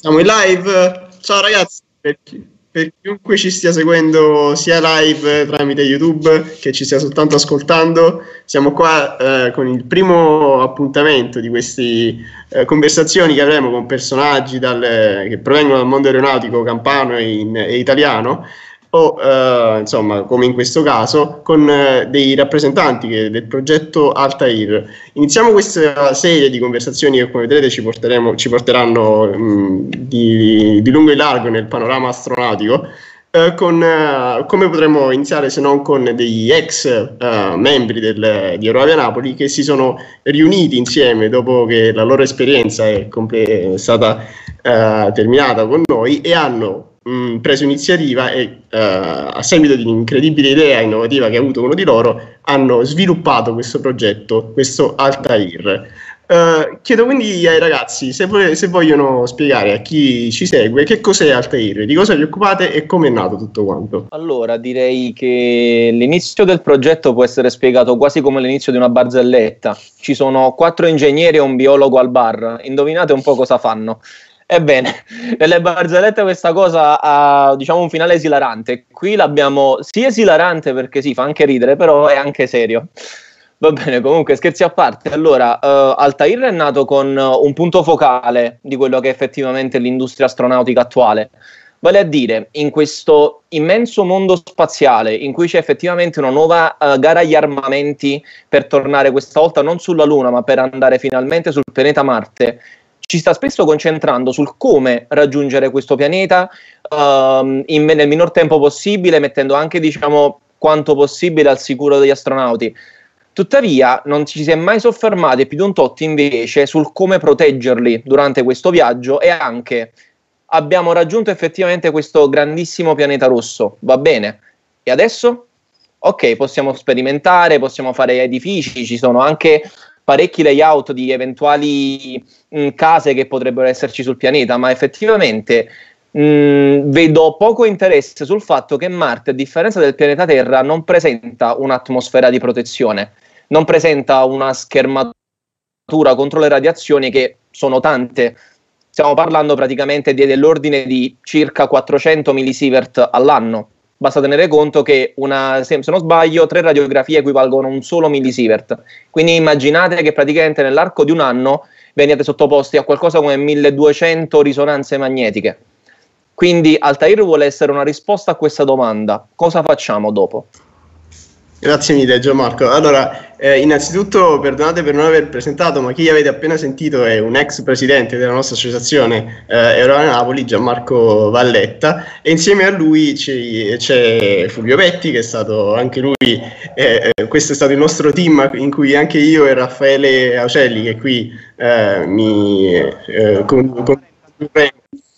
Siamo in live. Ciao ragazzi, per chiunque ci stia seguendo sia live tramite YouTube che ci stia soltanto ascoltando, siamo qua con il primo appuntamento di queste conversazioni che avremo con personaggi che provengono dal mondo aeronautico campano e italiano, o insomma, come in questo caso, con dei rappresentanti del progetto Altair. Iniziamo questa serie di conversazioni che, come vedrete, ci porteranno di lungo e largo nel panorama astronautico, come potremmo iniziare se non con degli ex membri di Aerovia Napoli che si sono riuniti insieme dopo che la loro esperienza è stata terminata con noi, e hanno preso iniziativa e a seguito di un'incredibile idea innovativa che ha avuto uno di loro, hanno sviluppato questo progetto, questo Altair. Chiedo quindi ai ragazzi se vogliono spiegare a chi ci segue che cos'è Altair, di cosa vi occupate e come è nato tutto quanto. Allora, direi che l'inizio del progetto può essere spiegato quasi come l'inizio di una barzelletta. Ci sono 4 ingegneri e un biologo al bar. Indovinate un po' cosa fanno. Ebbene, nelle barzellette questa cosa ha, diciamo, un finale esilarante. Qui l'abbiamo, sì, esilarante perché sì, fa anche ridere, però è anche serio. Va bene, comunque scherzi a parte. Allora, Altair è nato con un punto focale di quello che è effettivamente l'industria astronautica attuale. Vale a dire, in questo immenso mondo spaziale in cui c'è effettivamente una nuova gara agli armamenti per tornare questa volta non sulla Luna, ma per andare finalmente sul pianeta Marte, ci sta spesso concentrando sul come raggiungere questo pianeta nel minor tempo possibile, mettendo anche, diciamo, quanto possibile al sicuro degli astronauti. Tuttavia non ci si è mai soffermati più di un tot invece sul come proteggerli durante questo viaggio, e anche abbiamo raggiunto effettivamente questo grandissimo pianeta rosso, va bene, e adesso? Ok, possiamo sperimentare, possiamo fare edifici, ci sono anche parecchi layout di eventuali case che potrebbero esserci sul pianeta, ma effettivamente vedo poco interesse sul fatto che Marte, a differenza del pianeta Terra, non presenta un'atmosfera di protezione, non presenta una schermatura contro le radiazioni, che sono tante. Stiamo parlando praticamente dell'ordine di circa 400 millisievert all'anno. Basta tenere conto che, se non sbaglio, 3 radiografie equivalgono a un solo millisievert. Quindi immaginate che praticamente nell'arco di un anno veniate sottoposti a qualcosa come 1200 risonanze magnetiche. Quindi Altair vuole essere una risposta a questa domanda. Cosa facciamo dopo? Grazie mille Gianmarco. Allora, innanzitutto perdonate per non aver presentato, ma chi avete appena sentito è un ex presidente della nostra associazione Aerovia Napoli, Gianmarco Valletta, e insieme a lui c'è Fulvio Petti, che è stato anche lui, questo è stato il nostro team in cui anche io e Raffaele Aucelli, che qui mi condurremo.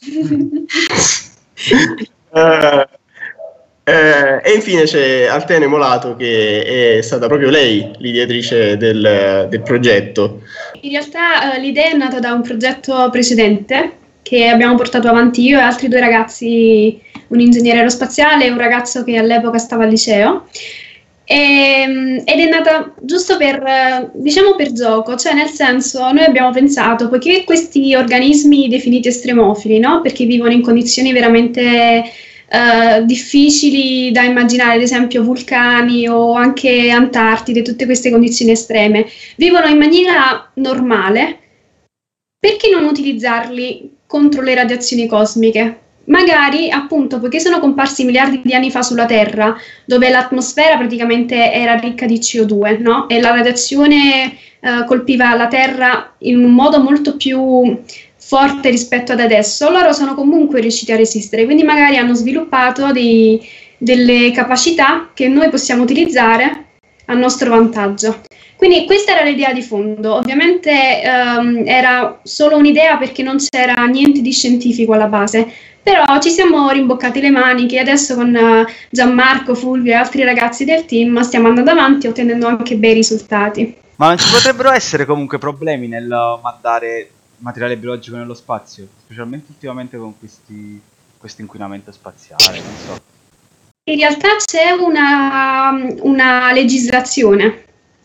E infine c'è Altene Molato, che è stata proprio lei l'ideatrice del progetto. In realtà l'idea è nata da un progetto precedente che abbiamo portato avanti io e altri 2 ragazzi, un ingegnere aerospaziale e un ragazzo che all'epoca stava al liceo. Ed è nata giusto per gioco, cioè nel senso, noi abbiamo pensato, poiché questi organismi definiti estremofili, no? Perché vivono in condizioni veramente difficili da immaginare, ad esempio vulcani o anche Antartide, tutte queste condizioni estreme, vivono in maniera normale, perché non utilizzarli contro le radiazioni cosmiche? Magari, appunto, poiché sono comparsi miliardi di anni fa sulla Terra, dove l'atmosfera praticamente era ricca di CO2, no? E la radiazione colpiva la Terra in un modo molto più forte rispetto ad adesso, loro sono comunque riusciti a resistere, quindi magari hanno sviluppato delle capacità che noi possiamo utilizzare a nostro vantaggio. Quindi questa era l'idea di fondo. Ovviamente era solo un'idea, perché non c'era niente di scientifico alla base, però ci siamo rimboccati le maniche e adesso con Gianmarco, Fulvio e altri ragazzi del team stiamo andando avanti ottenendo anche bei risultati. Ma non ci potrebbero essere comunque problemi nel mandare materiale biologico nello spazio, specialmente ultimamente con questo inquinamento spaziale, non so. In realtà c'è una legislazione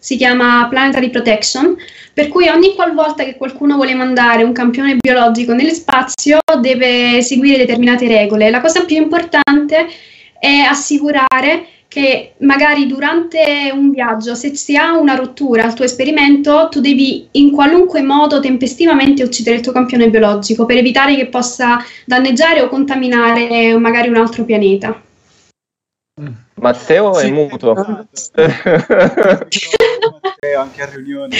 si chiama Planetary Protection, per cui ogni qualvolta che qualcuno vuole mandare un campione biologico nello spazio deve seguire determinate regole. La cosa più importante è assicurare che magari durante un viaggio, se si ha una rottura al tuo esperimento, tu devi in qualunque modo tempestivamente uccidere il tuo campione biologico per evitare che possa danneggiare o contaminare magari un altro pianeta. Matteo è muto. Matteo anche a riunione.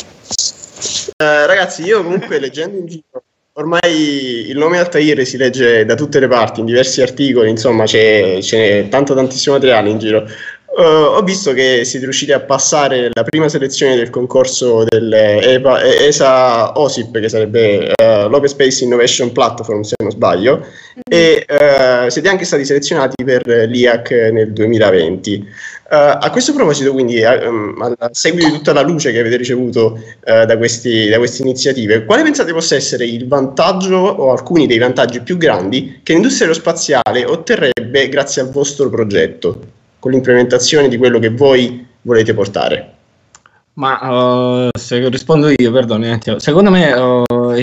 Ragazzi, io comunque leggendo in giro, ormai il nome Altair si legge da tutte le parti, in diversi articoli, insomma c'è tantissimo materiale in giro. Ho visto che siete riusciti a passare la prima selezione del concorso ESA OSIP, che sarebbe l'Open Space Innovation Platform, se non sbaglio, e siete anche stati selezionati per l'IAC nel 2020. A questo proposito, quindi, a seguito di tutta la luce che avete ricevuto da queste iniziative, quale pensate possa essere il vantaggio o alcuni dei vantaggi più grandi che l'industria aerospaziale otterrebbe grazie al vostro progetto, con l'implementazione di quello che voi volete portare? Ma se rispondo io, perdoni, secondo me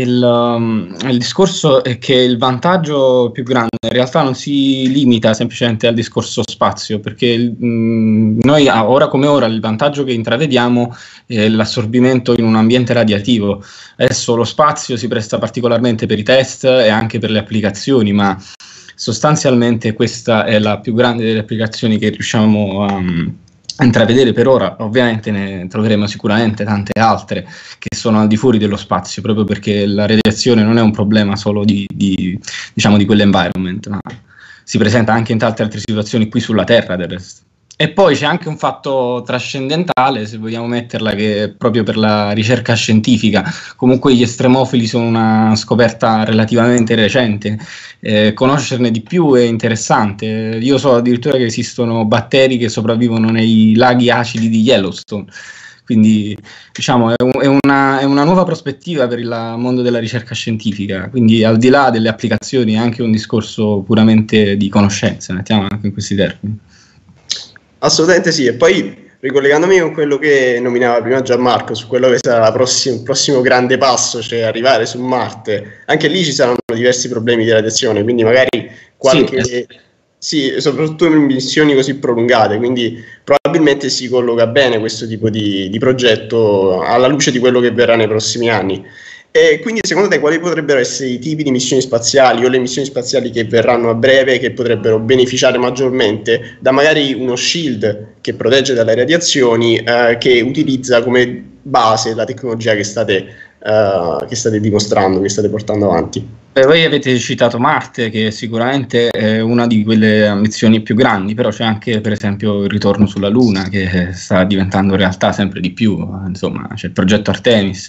il discorso è che il vantaggio più grande in realtà non si limita semplicemente al discorso spazio, perché noi ora come ora il vantaggio che intravediamo è l'assorbimento in un ambiente radiativo. Adesso lo spazio si presta particolarmente per i test e anche per le applicazioni, ma sostanzialmente questa è la più grande delle applicazioni che riusciamo a intravedere per ora. Ovviamente ne troveremo sicuramente tante altre che sono al di fuori dello spazio, proprio perché la radiazione non è un problema solo di quell'environment, ma si presenta anche in tante altre situazioni qui sulla Terra del resto. E poi c'è anche un fatto trascendentale, se vogliamo metterla, che è proprio per la ricerca scientifica. Comunque gli estremofili sono una scoperta relativamente recente, conoscerne di più è interessante. Io so addirittura che esistono batteri che sopravvivono nei laghi acidi di Yellowstone, quindi diciamo è una nuova prospettiva per il mondo della ricerca scientifica, quindi al di là delle applicazioni è anche un discorso puramente di conoscenza, mettiamo anche in questi termini. Assolutamente sì, e poi ricollegandomi con quello che nominava prima Gianmarco su quello che sarà il prossimo grande passo, cioè arrivare su Marte, anche lì ci saranno diversi problemi di radiazione, quindi magari qualche... Sì, soprattutto in missioni così prolungate, quindi probabilmente si colloca bene questo tipo di progetto alla luce di quello che verrà nei prossimi anni. E quindi secondo te quali potrebbero essere i tipi di missioni spaziali o le missioni spaziali che verranno a breve che potrebbero beneficiare maggiormente da magari uno shield che protegge dalle radiazioni che utilizza come base la tecnologia che state dimostrando, che state portando avanti? Voi avete citato Marte, che sicuramente è una di quelle missioni più grandi, però c'è anche per esempio il ritorno sulla Luna che sta diventando realtà sempre di più, insomma c'è il progetto Artemis,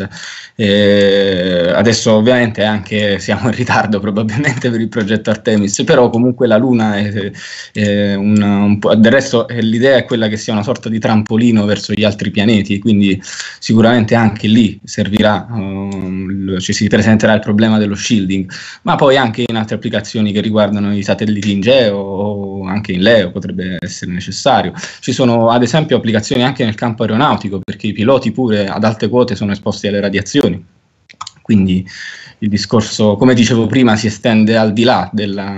adesso ovviamente anche siamo in ritardo probabilmente per il progetto Artemis, però comunque la Luna è un po', del resto l'idea è quella che sia una sorta di trampolino verso gli altri pianeti, quindi sicuramente anche lì servirà, ci si presenterà il problema dello shielding, ma poi anche in altre applicazioni che riguardano i satelliti in geo o anche in LEO potrebbe essere necessario. Ci sono ad esempio applicazioni anche nel campo aeronautico, perché i piloti pure ad alte quote sono esposti alle radiazioni, quindi il discorso, come dicevo prima, si estende al di là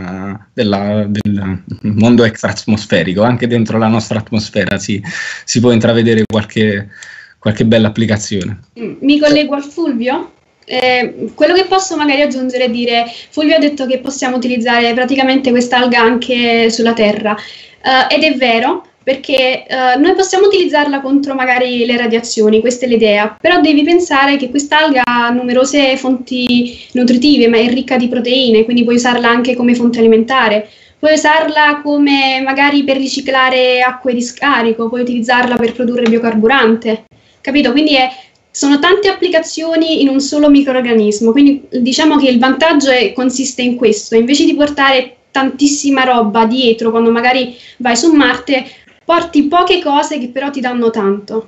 del mondo extraatmosferico, anche dentro la nostra atmosfera si può intravedere qualche bella applicazione. Mi collego al Fulvio. Quello che posso magari aggiungere è dire, Fulvio ha detto che possiamo utilizzare praticamente quest'alga anche sulla Terra, ed è vero, perché noi possiamo utilizzarla contro magari le radiazioni, questa è l'idea, però devi pensare che quest'alga ha numerose fonti nutritive, ma è ricca di proteine, quindi puoi usarla anche come fonte alimentare, puoi usarla come magari per riciclare acque di scarico, puoi utilizzarla per produrre biocarburante, capito? Quindi sono tante applicazioni in un solo microorganismo, quindi diciamo che il vantaggio consiste in questo: invece di portare tantissima roba dietro quando magari vai su Marte, porti poche cose che però ti danno tanto.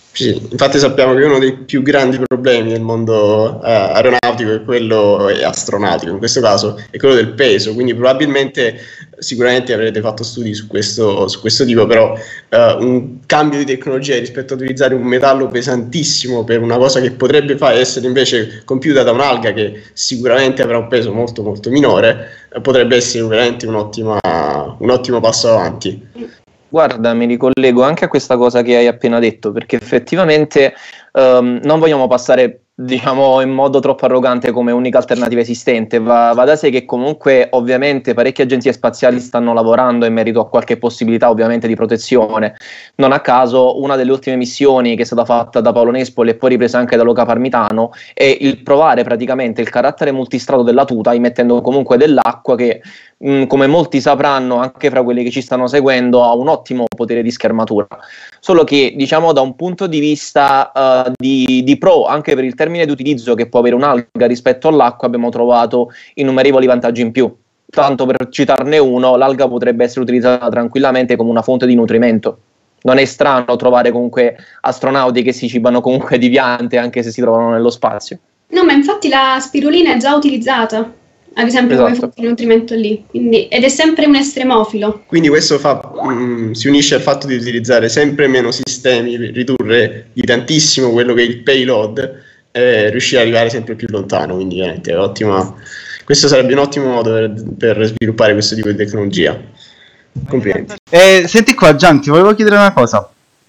Sì, infatti sappiamo che uno dei più grandi problemi del mondo aeronautico è quello astronautico, in questo caso è quello del peso, quindi probabilmente sicuramente avrete fatto studi su questo tipo, però un cambio di tecnologia rispetto a utilizzare un metallo pesantissimo per una cosa che potrebbe essere invece compiuta da un'alga che sicuramente avrà un peso molto molto minore, potrebbe essere veramente un ottimo passo avanti. Guarda, mi ricollego anche a questa cosa che hai appena detto, perché effettivamente non vogliamo passare, diciamo, in modo troppo arrogante come unica alternativa esistente. Va da sé che comunque ovviamente parecchie agenzie spaziali stanno lavorando in merito a qualche possibilità ovviamente di protezione. Non a caso una delle ultime missioni che è stata fatta da Paolo Nespoli e poi ripresa anche da Luca Parmitano è il provare praticamente il carattere multistrato della tuta, immettendo comunque dell'acqua che, come molti sapranno anche fra quelli che ci stanno seguendo, ha un ottimo potere di schermatura. Solo che, diciamo, da un punto di vista di pro, anche per il termine di utilizzo che può avere un'alga rispetto all'acqua, abbiamo trovato innumerevoli vantaggi in più. Tanto per citarne uno, l'alga potrebbe essere utilizzata tranquillamente come una fonte di nutrimento. Non è strano trovare comunque astronauti che si cibano comunque di piante anche se si trovano nello spazio. No, ma infatti la spirulina è già utilizzata, ad esempio, come Esatto. fonte di nutrimento lì, ed è sempre un estremofilo. Quindi questo si unisce al fatto di utilizzare sempre meno sistemi per ridurre di tantissimo quello che è il payload e riuscire ad arrivare sempre più lontano, quindi veramente è ottima. Questo sarebbe un ottimo modo per sviluppare questo tipo di tecnologia. Complimenti. Senti qua, Gian, ti volevo chiedere una cosa.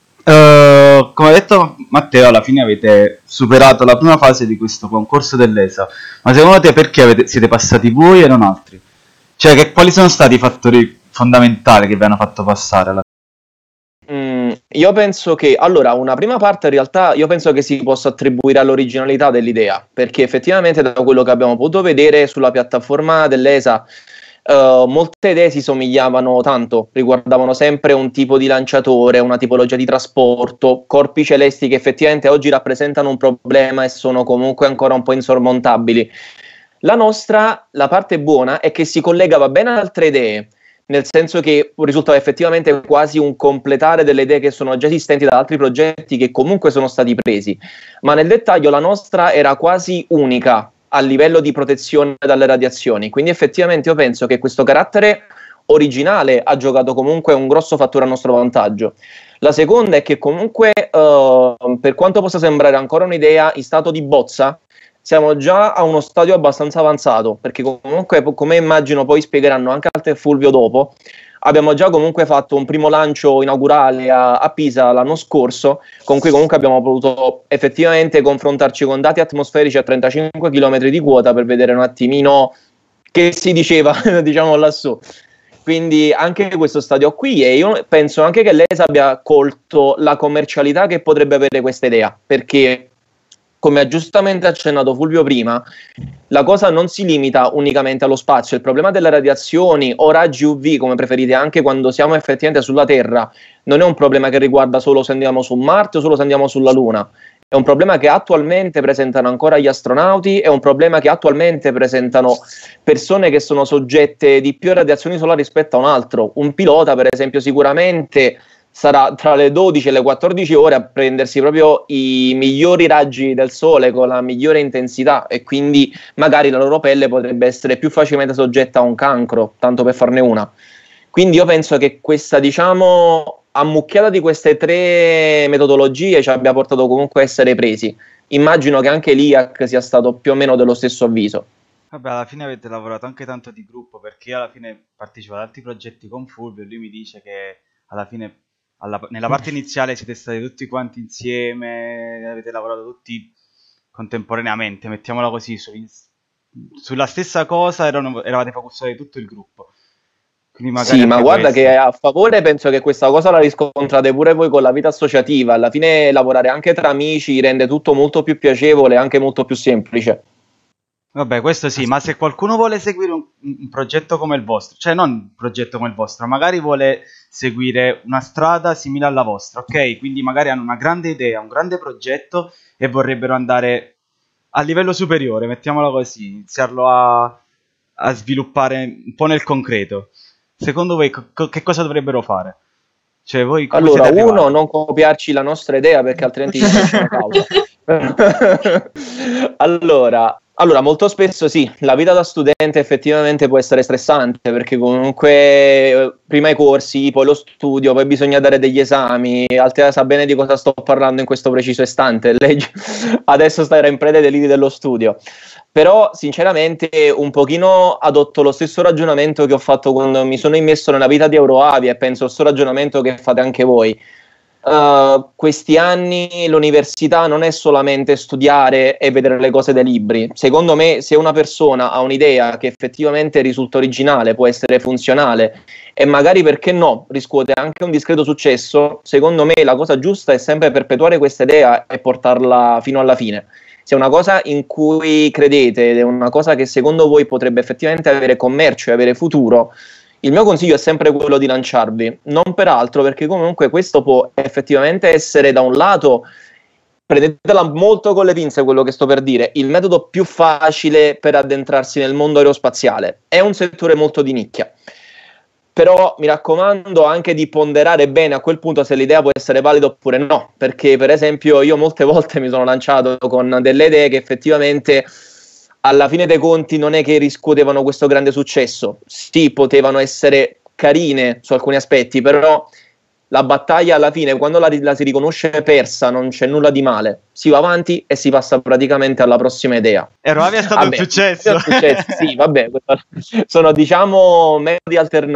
Come ha detto Matteo, alla fine avete superato la prima fase di questo concorso dell'ESA, ma secondo te perché siete passati voi e non altri? Cioè, quali sono stati i fattori fondamentali che vi hanno fatto passare alla Io penso che, allora, una prima parte in realtà io penso che si possa attribuire all'originalità dell'idea, perché effettivamente da quello che abbiamo potuto vedere sulla piattaforma dell'ESA, molte idee si somigliavano tanto, riguardavano sempre un tipo di lanciatore, una tipologia di trasporto, corpi celesti che effettivamente oggi rappresentano un problema e sono comunque ancora un po' insormontabili. La nostra, la parte buona, è che si collegava bene ad altre idee, nel senso che risultava effettivamente quasi un completare delle idee che sono già esistenti da altri progetti che comunque sono stati presi, ma nel dettaglio la nostra era quasi unica a livello di protezione dalle radiazioni, quindi effettivamente io penso che questo carattere originale ha giocato comunque un grosso fattore a nostro vantaggio. La seconda è che comunque, per quanto possa sembrare ancora un'idea in stato di bozza, siamo già a uno stadio abbastanza avanzato, perché comunque, come immagino poi spiegheranno anche Alto e Fulvio dopo, abbiamo già comunque fatto un primo lancio inaugurale a Pisa l'anno scorso, con cui comunque abbiamo potuto effettivamente confrontarci con dati atmosferici a 35 km di quota per vedere un attimino che si diceva, diciamo, lassù. Quindi anche questo stadio qui, e io penso anche che l'ESA abbia colto la commercialità che potrebbe avere questa idea, perché come ha giustamente accennato Fulvio prima, la cosa non si limita unicamente allo spazio. Il problema delle radiazioni o raggi UV, come preferite, anche quando siamo effettivamente sulla Terra, non è un problema che riguarda solo se andiamo su Marte o solo se andiamo sulla Luna. È un problema che attualmente presentano ancora gli astronauti, è un problema che attualmente presentano persone che sono soggette di più a radiazioni solari rispetto a un altro. Un pilota, per esempio, sicuramente sarà tra le 12 e le 14 ore a prendersi proprio i migliori raggi del sole con la migliore intensità, e quindi magari la loro pelle potrebbe essere più facilmente soggetta a un cancro, tanto per farne una. Quindi io penso che questa, diciamo, ammucchiata di queste tre metodologie ci abbia portato comunque a essere presi. Immagino che anche l'IAC sia stato più o meno dello stesso avviso. Vabbè, alla fine avete lavorato anche tanto di gruppo, perché io alla fine partecipo ad altri progetti con Fulvio e lui mi dice che alla fine nella parte iniziale siete stati tutti quanti insieme, avete lavorato tutti contemporaneamente, mettiamola così, sulla stessa cosa, eravate focusati tutto il gruppo. Quindi magari sì, ma anche guarda questo. che a favore penso che questa cosa la riscontrate pure voi con la vita associativa. Alla fine lavorare anche tra amici rende tutto molto più piacevole e anche molto più semplice. Vabbè, questo sì, ma se qualcuno vuole seguire un progetto come il vostro, cioè non un progetto come il vostro, magari vuole seguire una strada simile alla vostra, ok? Quindi magari hanno una grande idea, un grande progetto e vorrebbero andare a livello superiore, mettiamola così, iniziarlo a sviluppare un po' nel concreto. Secondo voi che cosa dovrebbero fare? Cioè, voi come Allora, siete uno, arrivati? non copiarci la nostra idea perché altrimenti ci facciamo causa. Allora, molto spesso sì, la vita da studente effettivamente può essere stressante perché comunque prima i corsi, poi lo studio, poi bisogna dare degli esami. Altea sa bene di cosa sto parlando in questo preciso istante. Lei adesso sta in preda ai deliri dello studio. Però sinceramente un pochino adotto lo stesso ragionamento che ho fatto quando mi sono immesso nella vita di Euroavia e penso al stesso ragionamento che fate anche voi. Questi anni l'università non è solamente studiare e vedere le cose dai libri. Secondo me, se una persona ha un'idea che effettivamente risulta originale, può essere funzionale e magari, perché no, riscuote anche un discreto successo, secondo me la cosa giusta è sempre perpetuare questa idea e portarla fino alla fine. Se è una cosa in cui credete ed è una cosa che secondo voi potrebbe effettivamente avere commercio e avere futuro, il mio consiglio è sempre quello di lanciarvi, non per altro, perché comunque questo può effettivamente essere, da un lato, prendetela molto con le pinze quello che sto per dire, il metodo più facile per addentrarsi nel mondo aerospaziale. È un settore molto di nicchia, però mi raccomando anche di ponderare bene a quel punto se l'idea può essere valida oppure no, perché per esempio io molte volte mi sono lanciato con delle idee che effettivamente alla fine dei conti non è che riscuotevano questo grande successo. Sì, potevano essere carine su alcuni aspetti, però la battaglia alla fine, quando la si riconosce persa, non c'è nulla di male. Si va avanti e si passa praticamente alla prossima idea. Euroavia è stato un successo. Sì, vabbè, sono diciamo metodi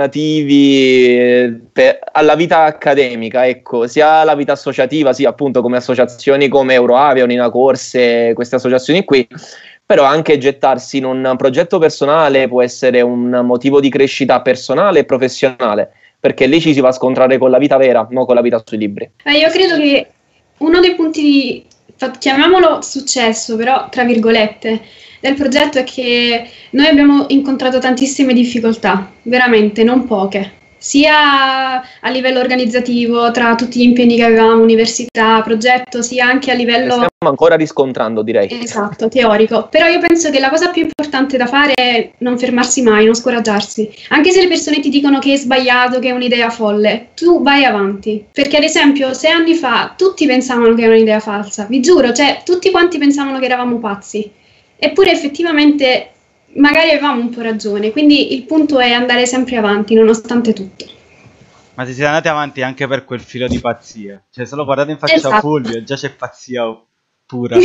alternativi alla vita accademica, ecco, sia alla vita associativa, sia appunto come associazioni come Euroavia, Unina Corse, queste associazioni qui. Però anche gettarsi in un progetto personale può essere un motivo di crescita personale e professionale, perché lì ci si va a scontrare con la vita vera, non con la vita sui libri. Io credo che uno dei punti di, chiamiamolo successo, però tra virgolette, del progetto è che noi abbiamo incontrato tantissime difficoltà, veramente, non poche. Sia a livello organizzativo, tra tutti gli impegni che avevamo, università, progetto, sia anche a livello... Stiamo ancora riscontrando, direi. Esatto, teorico. Però io penso che la cosa più importante da fare è non fermarsi mai, non scoraggiarsi. Anche se le persone ti dicono che è sbagliato, che è un'idea folle, tu vai avanti. Perché ad esempio 6 anni fa tutti pensavano che era un'idea falsa, vi giuro, cioè tutti quanti pensavano che eravamo pazzi. Eppure effettivamente... magari avevamo un po' ragione, quindi il punto è andare sempre avanti nonostante tutto. Ma si siete andati avanti anche per quel filo di pazzia, cioè solo guardate in faccia a Fulvio, già c'è pazzia pura.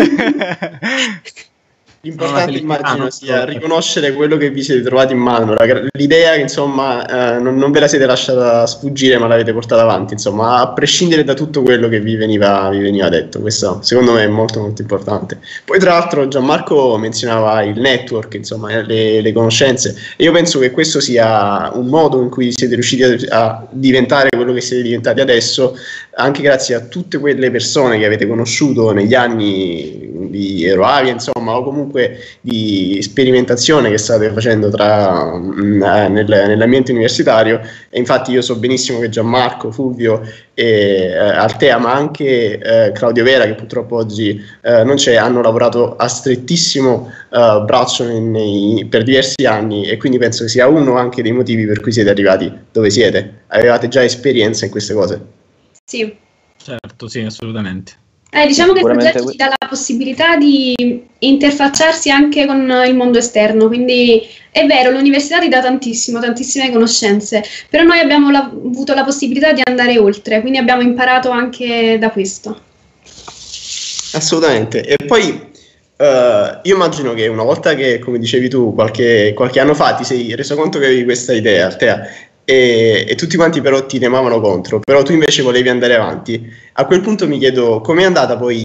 L'importante immagino sia riconoscere quello che vi siete trovati in mano, l'idea che insomma non ve la siete lasciata sfuggire ma l'avete portata avanti, insomma, a prescindere da tutto quello che vi veniva detto. Questo secondo me è molto molto importante. Poi tra l'altro Gianmarco menzionava il network, insomma, le conoscenze, e io penso che questo sia un modo in cui siete riusciti a diventare quello che siete diventati adesso, anche grazie a tutte quelle persone che avete conosciuto negli anni di Euroavia, insomma, o comunque di sperimentazione che state facendo nell'ambiente universitario. E infatti io so benissimo che Gianmarco, Fulvio e Altea, ma anche Claudio Vera, che purtroppo oggi non c'è, hanno lavorato a strettissimo braccio per diversi anni, e quindi penso che sia uno anche dei motivi per cui siete arrivati dove siete. Avevate già esperienza in queste cose. Sì. Certo, sì, assolutamente. Diciamo che il progetto ti dà la possibilità di interfacciarsi anche con il mondo esterno, quindi è vero, l'università ti dà tantissime conoscenze, però noi abbiamo avuto la possibilità di andare oltre, quindi abbiamo imparato anche da questo. Assolutamente. E poi io immagino che una volta che, come dicevi tu, qualche anno fa ti sei reso conto che avevi questa idea, Altea, e tutti quanti però ti remavano contro, però tu invece volevi andare avanti. A quel punto mi chiedo com'è andata poi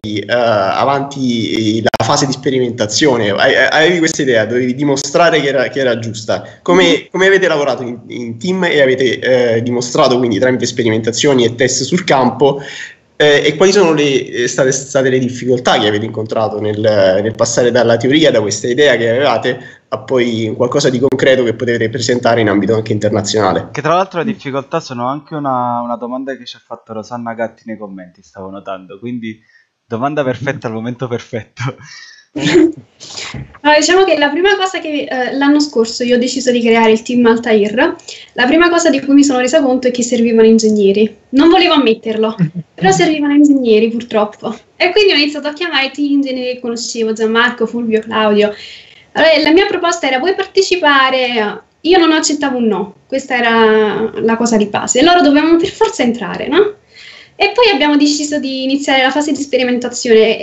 avanti la fase di sperimentazione. Avevi questa idea, dovevi dimostrare che era giusta. Come avete lavorato in team e avete dimostrato quindi tramite sperimentazioni e test sul campo, e quali sono state le difficoltà che avete incontrato nel passare dalla teoria, da questa idea che avevate, a poi qualcosa di concreto che potete presentare in ambito anche internazionale? Che tra l'altro le difficoltà sono anche una domanda che ci ha fatto Rosanna Gatti nei commenti, stavo notando, quindi domanda perfetta al momento perfetto. Allora, diciamo che la prima cosa che l'anno scorso io ho deciso di creare il team Altair, la prima cosa di cui mi sono resa conto è che servivano ingegneri. Non volevo ammetterlo, però servivano ingegneri purtroppo. E quindi ho iniziato a chiamare tutti gli ingegneri che conoscevo, Gianmarco, Fulvio, Claudio. Allora, la mia proposta era: vuoi partecipare? Io non accettavo un no, questa era la cosa di base. Loro dovevano per forza entrare, no? E poi abbiamo deciso di iniziare la fase di sperimentazione.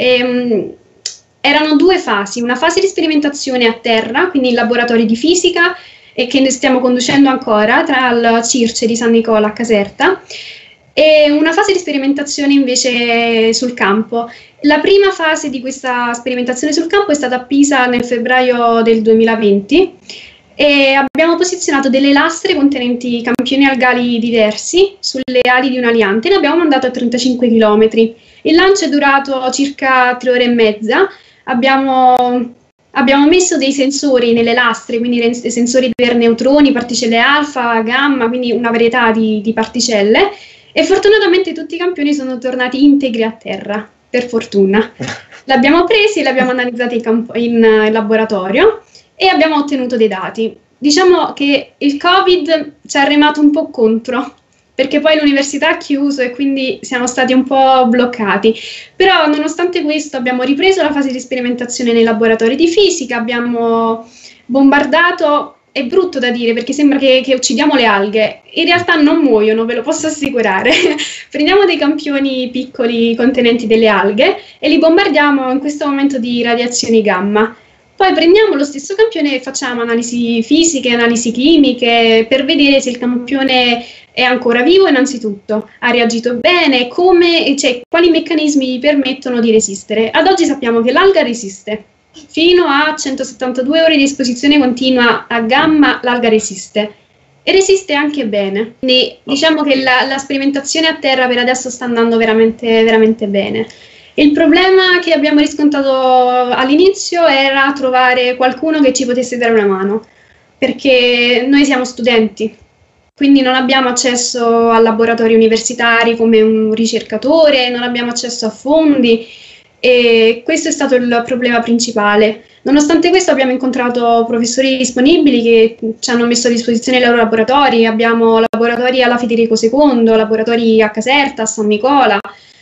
Erano due fasi: una fase di sperimentazione a terra, quindi in laboratori di fisica, e che ne stiamo conducendo ancora tra il CIRCE di San Nicola a Caserta, e una fase di sperimentazione invece sul campo. La prima fase di questa sperimentazione sul campo è stata a Pisa nel febbraio del 2020 e abbiamo posizionato delle lastre contenenti campioni algali diversi sulle ali di un aliante e ne abbiamo mandato a 35 km. Il lancio è durato circa 3 ore e mezza. Abbiamo messo dei sensori nelle lastre, quindi dei sensori per neutroni, particelle alfa, gamma, quindi una varietà di particelle, e fortunatamente tutti i campioni sono tornati integri a terra, per fortuna. L'abbiamo presi e li abbiamo analizzati in laboratorio e abbiamo ottenuto dei dati. Diciamo che il Covid ci ha remato un po' contro, perché poi l'università ha chiuso e quindi siamo stati un po' bloccati. Però nonostante questo abbiamo ripreso la fase di sperimentazione nei laboratori di fisica, abbiamo bombardato, è brutto da dire perché sembra che uccidiamo le alghe, in realtà non muoiono, ve lo posso assicurare. Prendiamo dei campioni piccoli contenenti delle alghe e li bombardiamo in questo momento di radiazioni gamma. Poi prendiamo lo stesso campione e facciamo analisi fisiche, analisi chimiche per vedere se il campione è ancora vivo innanzitutto, ha reagito bene, quali meccanismi gli permettono di resistere. Ad oggi sappiamo che l'alga resiste. Fino a 172 ore di esposizione continua a gamma l'alga resiste. E resiste anche bene. Quindi diciamo che la sperimentazione a terra per adesso sta andando veramente, veramente bene. Il problema che abbiamo riscontrato all'inizio era trovare qualcuno che ci potesse dare una mano, perché noi siamo studenti, quindi non abbiamo accesso a laboratori universitari come un ricercatore, non abbiamo accesso a fondi e questo è stato il problema principale. Nonostante questo abbiamo incontrato professori disponibili che ci hanno messo a disposizione i loro laboratori, abbiamo laboratori alla Federico II, laboratori a Caserta, a San Nicola.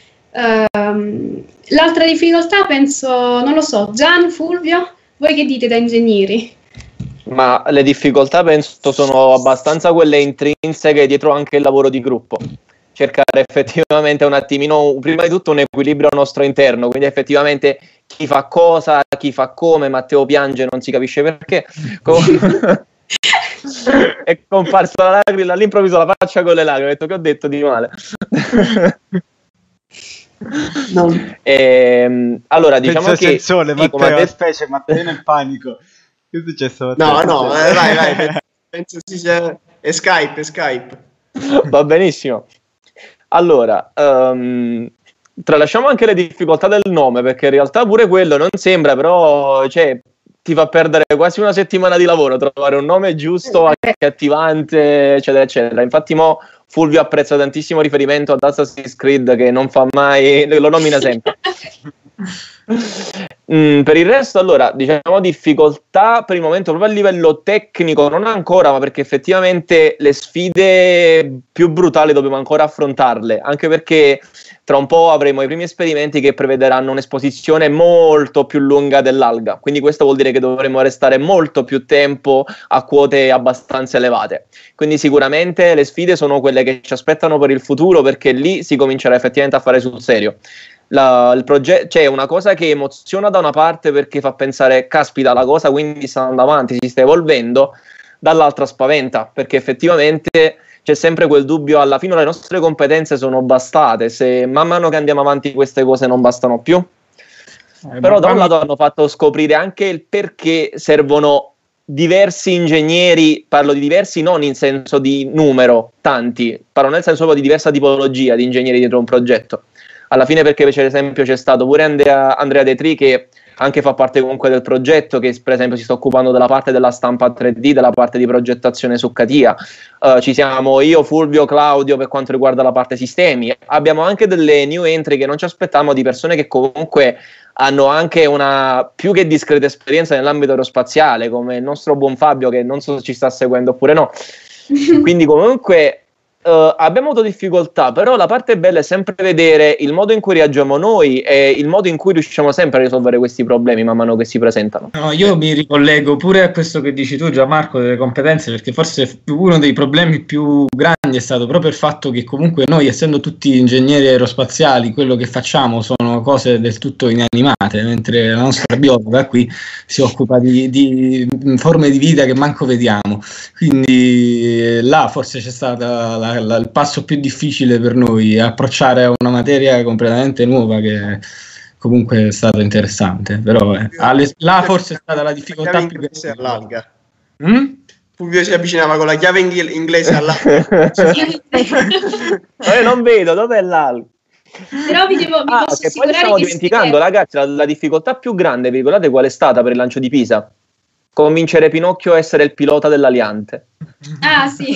L'altra difficoltà penso, non lo so, Gian, Fulvio, voi che dite da ingegneri? Ma le difficoltà penso sono abbastanza quelle intrinseche dietro anche il lavoro di gruppo. Cercare effettivamente un attimino, prima di tutto un equilibrio nostro interno, quindi effettivamente chi fa cosa, chi fa come. Matteo piange, non si capisce perché. È comparsa la lacrima, all'improvviso la faccia con le lacrime, ho detto che ho detto di male. No. Allora diciamo che sole, Matteo, specie Matteo nel panico. Che è successo? No, vai, penso sia è Skype. Va benissimo. Allora, tralasciamo anche le difficoltà del nome, perché in realtà pure quello non sembra, però ti fa perdere quasi una settimana di lavoro trovare un nome giusto, accattivante, eccetera, eccetera. Infatti Fulvio apprezza tantissimo riferimento ad Assassin's Creed, che non fa mai, lo nomina sempre. Per il resto, allora, diciamo difficoltà per il momento proprio a livello tecnico non ancora, ma perché effettivamente le sfide più brutali dobbiamo ancora affrontarle, anche perché tra un po' avremo i primi esperimenti che prevederanno un'esposizione molto più lunga dell'alga, quindi questo vuol dire che dovremo restare molto più tempo a quote abbastanza elevate. Quindi sicuramente le sfide sono quelle che ci aspettano per il futuro, perché lì si comincerà effettivamente a fare sul serio. Il progetto c'è una cosa che emoziona da una parte, perché fa pensare caspita, la cosa quindi sta andando avanti, si sta evolvendo, dall'altra spaventa, perché effettivamente c'è sempre quel dubbio, alla fine le nostre competenze sono bastate, se man mano che andiamo avanti queste cose non bastano più. Però da un lato hanno fatto scoprire anche il perché servono diversi ingegneri, parlo di diversi non in senso di numero, tanti, parlo nel senso proprio di diversa tipologia di ingegneri dietro un progetto. Alla fine perché per esempio c'è stato pure Andrea De Tri che anche fa parte comunque del progetto, che per esempio si sta occupando della parte della stampa 3D, della parte di progettazione su CATIA. Ci siamo io, Fulvio, Claudio per quanto riguarda la parte sistemi. Abbiamo anche delle new entry che non ci aspettavamo, di persone che comunque hanno anche una più che discreta esperienza nell'ambito aerospaziale, come il nostro buon Fabio, che non so se ci sta seguendo oppure no. Quindi comunque abbiamo avuto difficoltà, però la parte bella è sempre vedere il modo in cui reagiamo noi e il modo in cui riusciamo sempre a risolvere questi problemi man mano che si presentano. No, io mi ricollego pure a questo che dici tu, Gianmarco, delle competenze, perché forse uno dei problemi più grandi è stato proprio il fatto che comunque noi, essendo tutti ingegneri aerospaziali, quello che facciamo sono cose del tutto inanimate, mentre la nostra biologa qui si occupa di forme di vita che manco vediamo. Quindi là forse c'è stata il passo più difficile per noi, approcciare a una materia completamente nuova, che comunque è stato interessante, però là forse è stata la difficoltà più grande. Fulvio si avvicinava con la chiave inglese all'alga. Io non vedo, dov'è l'alga? Però vi posso che poi stiamo dimenticando, ragazzi, la difficoltà più grande, vi ricordate qual è stata per il lancio di Pisa? Convincere Pinocchio a essere il pilota dell'Aliante. Ah sì,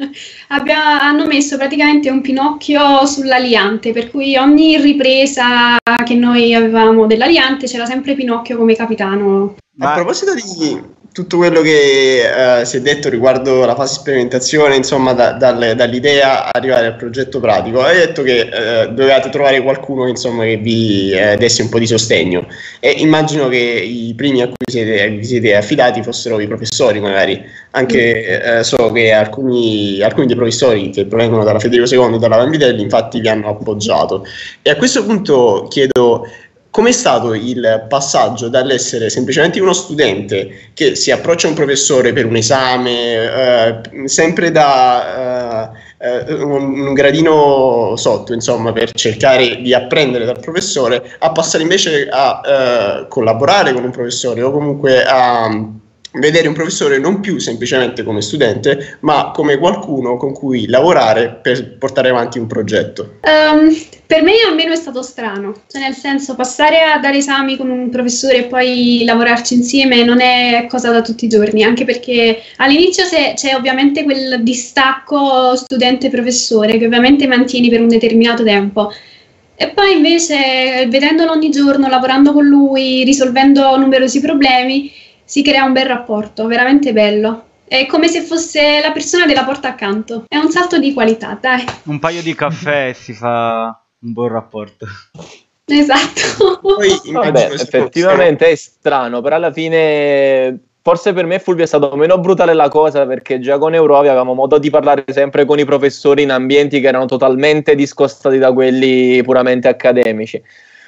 hanno messo praticamente un Pinocchio sull'Aliante, per cui ogni ripresa che noi avevamo dell'Aliante c'era sempre Pinocchio come capitano. A proposito di tutto quello che si è detto riguardo la fase sperimentazione, insomma dall'idea arrivare al progetto pratico, hai detto che dovevate trovare qualcuno insomma, che vi desse un po' di sostegno, e immagino che i primi a cui vi siete affidati fossero i professori, magari anche so che alcuni dei professori che provengono dalla Federico II e dalla Vanvitelli infatti vi hanno appoggiato, e a questo punto chiedo: com'è stato il passaggio dall'essere semplicemente uno studente che si approccia a un professore per un esame, sempre da un gradino sotto, insomma, per cercare di apprendere dal professore, a passare invece a collaborare con un professore, o comunque a vedere un professore non più semplicemente come studente, ma come qualcuno con cui lavorare per portare avanti un progetto? Per me almeno è stato strano, cioè nel senso, passare a dare esami con un professore e poi lavorarci insieme non è cosa da tutti i giorni, anche perché all'inizio c'è ovviamente quel distacco studente-professore che ovviamente mantieni per un determinato tempo. E poi invece, vedendolo ogni giorno, lavorando con lui, risolvendo numerosi problemi, si crea un bel rapporto, veramente bello. È come se fosse la persona della porta accanto. È un salto di qualità, dai. Un paio di caffè e si fa un buon rapporto. Esatto. Poi, vabbè, effettivamente è strano, però alla fine forse per me, Fulvio, è stato meno brutale la cosa, perché già con Eurovia avevamo modo di parlare sempre con i professori in ambienti che erano totalmente discostati da quelli puramente accademici.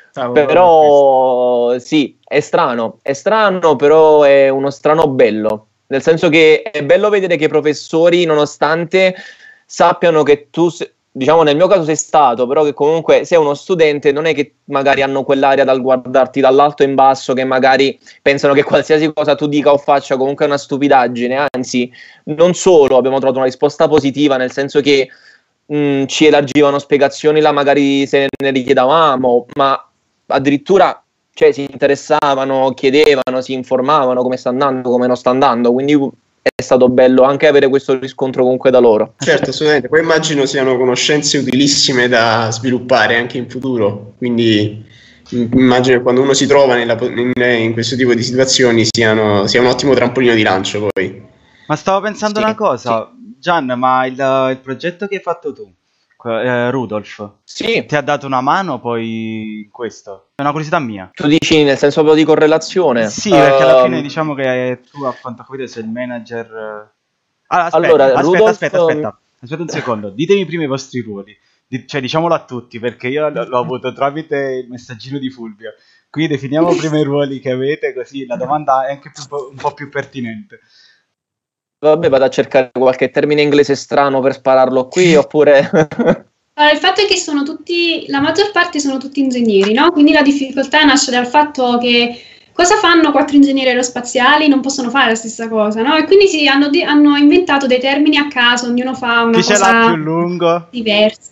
Però sì, è strano, però è uno strano bello, nel senso che è bello vedere che i professori, nonostante sappiano che tu, diciamo nel mio caso sei stato, però che comunque sei uno studente, non è che magari hanno quell'aria dal guardarti dall'alto in basso, che magari pensano che qualsiasi cosa tu dica o faccia comunque è una stupidaggine, anzi, non solo abbiamo trovato una risposta positiva, nel senso che ci elargivano spiegazioni là magari se ne richiedavamo, ma addirittura cioè, si interessavano, chiedevano, si informavano come sta andando, come non sta andando, quindi è stato bello anche avere questo riscontro comunque da loro. Certo, assolutamente, poi immagino siano conoscenze utilissime da sviluppare anche in futuro, quindi immagino che quando uno si trova in questo tipo di situazioni sia un ottimo trampolino di lancio poi. Ma stavo pensando una cosa, Gian, ma il progetto che hai fatto tu, Rudolf, sì, ti ha dato una mano poi in questo? È una curiosità mia. Tu dici nel senso proprio di correlazione? Sì, perché alla fine diciamo che tu, a quanto ho capito, sei il manager. Aspetta un secondo, ditemi prima i vostri ruoli, cioè diciamolo a tutti, perché io l'ho avuto tramite il messaggino di Fulvio, quindi definiamo prima i ruoli che avete, così la domanda è anche un po' più pertinente. Vabbè, vado a cercare qualche termine inglese strano per spararlo qui, oppure... Allora, il fatto è che la maggior parte sono tutti ingegneri, no? Quindi la difficoltà nasce dal fatto che cosa fanno 4 ingegneri aerospaziali? Non possono fare la stessa cosa, no? E quindi hanno inventato dei termini a caso, ognuno fa una cosa più lungo? diversa.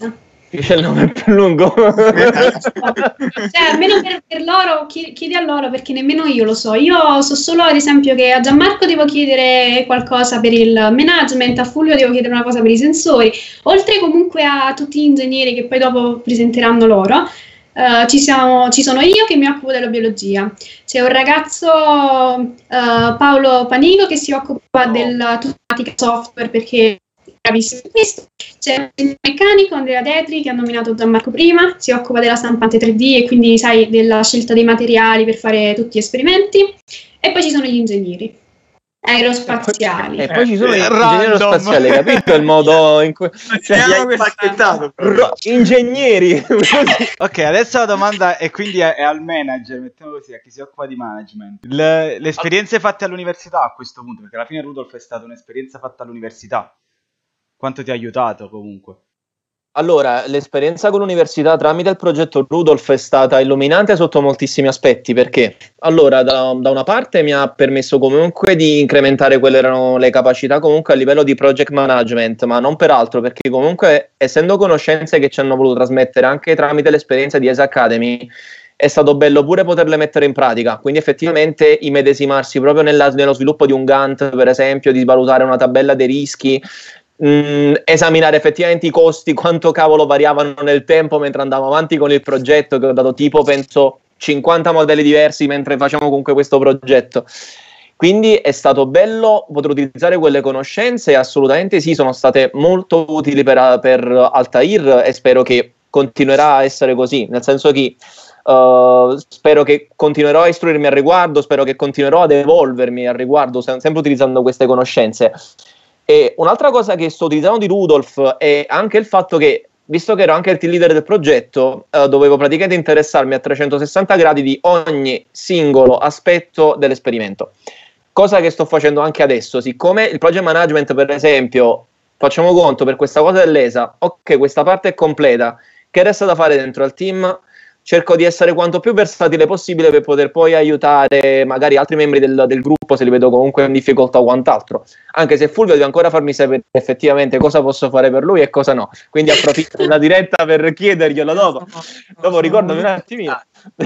C'è il nome più lungo. Cioè, almeno per loro, chiedi a loro, perché nemmeno io lo so. Io so solo, ad esempio, che a Gianmarco devo chiedere qualcosa per il management, a Fulvio devo chiedere una cosa per i sensori, oltre comunque a tutti gli ingegneri che poi dopo presenteranno loro. Ci sono io che mi occupo della biologia, c'è un ragazzo, Paolo Panigo, che si occupa della tematica software, perché bravissimo in questo. C'è il meccanico Andrea Tetri, che ha nominato Gianmarco prima, si occupa della stampante 3D e quindi sai della scelta dei materiali per fare tutti gli esperimenti, e poi ci sono gli ingegneri aerospaziali. E poi ci sono gli ingegneri aerospaziali, capito il modo in cui ingegneri. Ok, adesso la domanda è quindi è al manager, mettiamo così, a chi si occupa di management. Le esperienze fatte all'università a questo punto, perché alla fine Rudolf è stata un'esperienza fatta all'università. Quanto ti ha aiutato comunque? Allora, l'esperienza con l'università tramite il progetto Rudolf è stata illuminante sotto moltissimi aspetti, perché allora da una parte mi ha permesso comunque di incrementare quelle erano le capacità comunque a livello di project management, ma non per altro, perché comunque essendo conoscenze che ci hanno voluto trasmettere anche tramite l'esperienza di ESA Academy, è stato bello pure poterle mettere in pratica, quindi effettivamente immedesimarsi proprio nello sviluppo di un Gantt, per esempio, di valutare una tabella dei rischi, esaminare effettivamente i costi, quanto cavolo variavano nel tempo mentre andavo avanti con il progetto, che ho dato tipo penso 50 modelli diversi mentre facciamo comunque questo progetto. Quindi è stato bello poter utilizzare quelle conoscenze, e assolutamente sì, sono state molto utili per Altair, e spero che continuerà a essere così, nel senso che spero che continuerò a istruirmi al riguardo, spero che continuerò ad evolvermi al riguardo, sempre utilizzando queste conoscenze. E un'altra cosa che sto utilizzando di Rudolf è anche il fatto che, visto che ero anche il team leader del progetto, dovevo praticamente interessarmi a 360 gradi di ogni singolo aspetto dell'esperimento, cosa che sto facendo anche adesso. Siccome il project management, per esempio, facciamo conto per questa cosa dell'ESA, ok, questa parte è completa, che resta da fare dentro al team? Cerco di essere quanto più versatile possibile per poter poi aiutare magari altri membri del gruppo se li vedo comunque in difficoltà o quant'altro, anche se Fulvio deve ancora farmi sapere effettivamente cosa posso fare per lui e cosa no, quindi approfitto della diretta per chiederglielo dopo ricordami un attimino.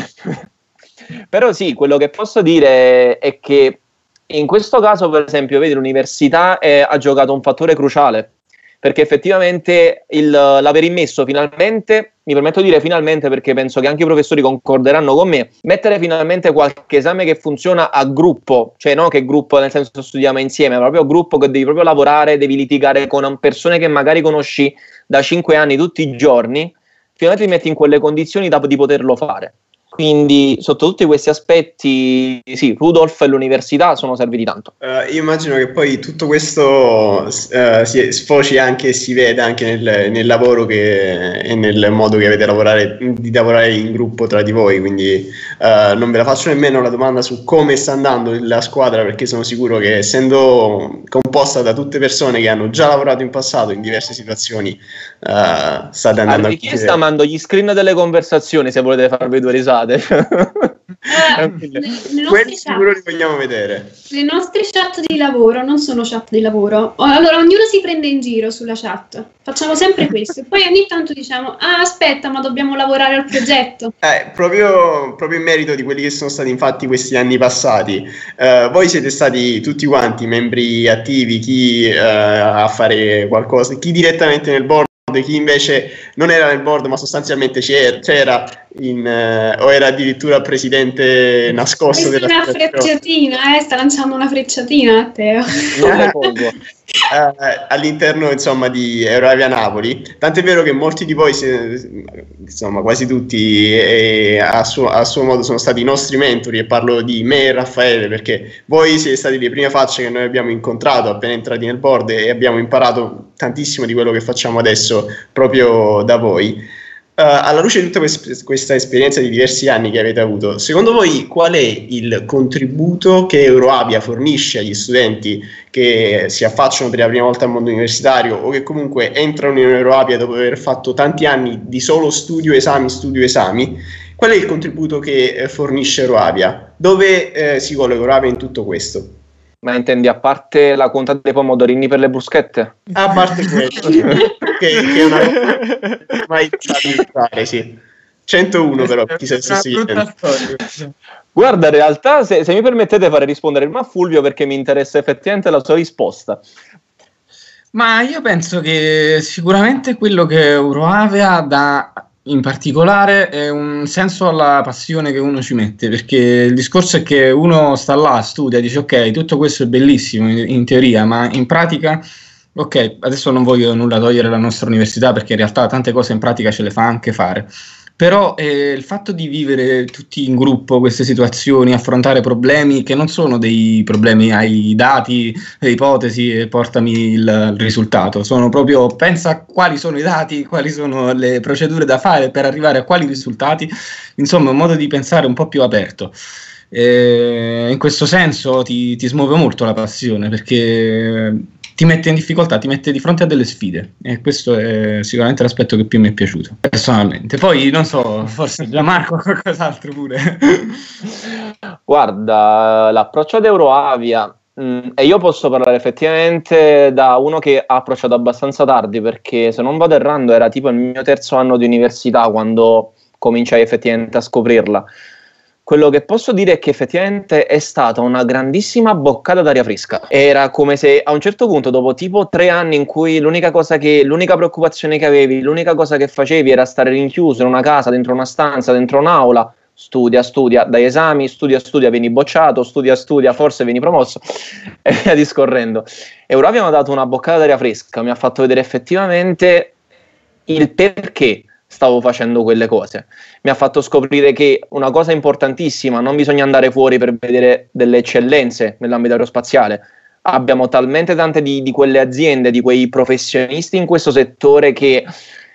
Però sì, quello che posso dire è che in questo caso, per esempio, vedi, l'università ha giocato un fattore cruciale, perché effettivamente l'aver immesso finalmente, mi permetto di dire finalmente perché penso che anche i professori concorderanno con me, mettere finalmente qualche esame che funziona a gruppo, cioè non che gruppo nel senso studiamo insieme, ma proprio gruppo che devi proprio lavorare, devi litigare con persone che magari conosci da 5 anni tutti i giorni, finalmente ti metti in quelle condizioni di poterlo fare. Quindi sotto tutti questi aspetti sì, Rudolf e l'università sono serviti tanto. Io immagino che poi tutto questo si sfoci anche e si veda anche nel lavoro e nel modo che avete di lavorare in gruppo tra di voi, quindi non ve la faccio nemmeno la domanda su come sta andando la squadra, perché sono sicuro che essendo composta da tutte persone che hanno già lavorato in passato in diverse situazioni, state andando a richiesta mando gli screen delle conversazioni se volete farvi due risate. Quelli sicuro li vogliamo vedere. Le nostre chat di lavoro non sono chat di lavoro. Allora ognuno si prende in giro sulla chat. Facciamo sempre questo. E poi ogni tanto diciamo: ah, aspetta, ma dobbiamo lavorare al progetto. Proprio in merito di quelli che sono stati infatti questi anni passati, voi siete stati tutti quanti membri attivi, chi a fare qualcosa, chi direttamente nel board, chi invece non era nel board ma sostanzialmente c'era o era addirittura presidente nascosto della una frecciatina, sta lanciando una frecciatina a Teo. All'interno insomma di Euravia Napoli, tant'è vero che molti di voi insomma quasi tutti a suo modo sono stati i nostri mentori, e parlo di me e Raffaele perché voi siete stati le prime facce che noi abbiamo incontrato appena entrati nel board e abbiamo imparato tantissimo di quello che facciamo adesso proprio da voi. Alla luce di tutta questa esperienza di diversi anni che avete avuto, secondo voi qual è il contributo che Euroavia fornisce agli studenti che si affacciano per la prima volta al mondo universitario o che comunque entrano in Euroavia dopo aver fatto tanti anni di solo studio esami? Qual è il contributo che fornisce Euroavia? Dove si colloca Euroavia in tutto questo? Ma intendi a parte la conta dei pomodorini per le bruschette? A parte questo, che è una cosa mai da sì. 101 però, chi se stesse chiedendo. Guarda, in realtà, se mi permettete farei rispondere il Fulvio, perché mi interessa effettivamente la sua risposta. Ma io penso che sicuramente quello che Euroavia dà in particolare è un senso alla passione che uno ci mette, perché il discorso è che uno sta là, studia, dice ok, tutto questo è bellissimo in teoria, ma in pratica, ok, adesso non voglio nulla togliere alla nostra università, perché in realtà tante cose in pratica ce le fa anche fare. Però il fatto di vivere tutti in gruppo queste situazioni, affrontare problemi che non sono dei problemi, hai dati, le ipotesi e portami il risultato, sono proprio pensa a quali sono i dati, quali sono le procedure da fare per arrivare a quali risultati, insomma un modo di pensare un po' più aperto. In questo senso ti smuove molto la passione, perché ti mette in difficoltà, ti mette di fronte a delle sfide, e questo è sicuramente l'aspetto che più mi è piaciuto personalmente. Poi non so, forse Gianmarco qualcos'altro pure. Guarda, l'approccio ad Euroavia, e io posso parlare effettivamente da uno che ha approcciato abbastanza tardi, perché se non vado errando era tipo il mio terzo anno di università quando cominciai effettivamente a scoprirla. Quello che posso dire è che effettivamente è stata una grandissima boccata d'aria fresca. Era come se a un certo punto, dopo tipo 3 anni in cui l'unica preoccupazione che avevi, l'unica cosa che facevi era stare rinchiuso in una casa, dentro una stanza, dentro un'aula, studia, dai esami, studia, vieni bocciato, studia, forse vieni promosso, e via discorrendo. Euroavia mi ha dato una boccata d'aria fresca, mi ha fatto vedere effettivamente il perché stavo facendo quelle cose. Mi ha fatto scoprire che una cosa importantissima, non bisogna andare fuori per vedere delle eccellenze nell'ambito aerospaziale. Abbiamo talmente tante di quelle aziende, di quei professionisti in questo settore che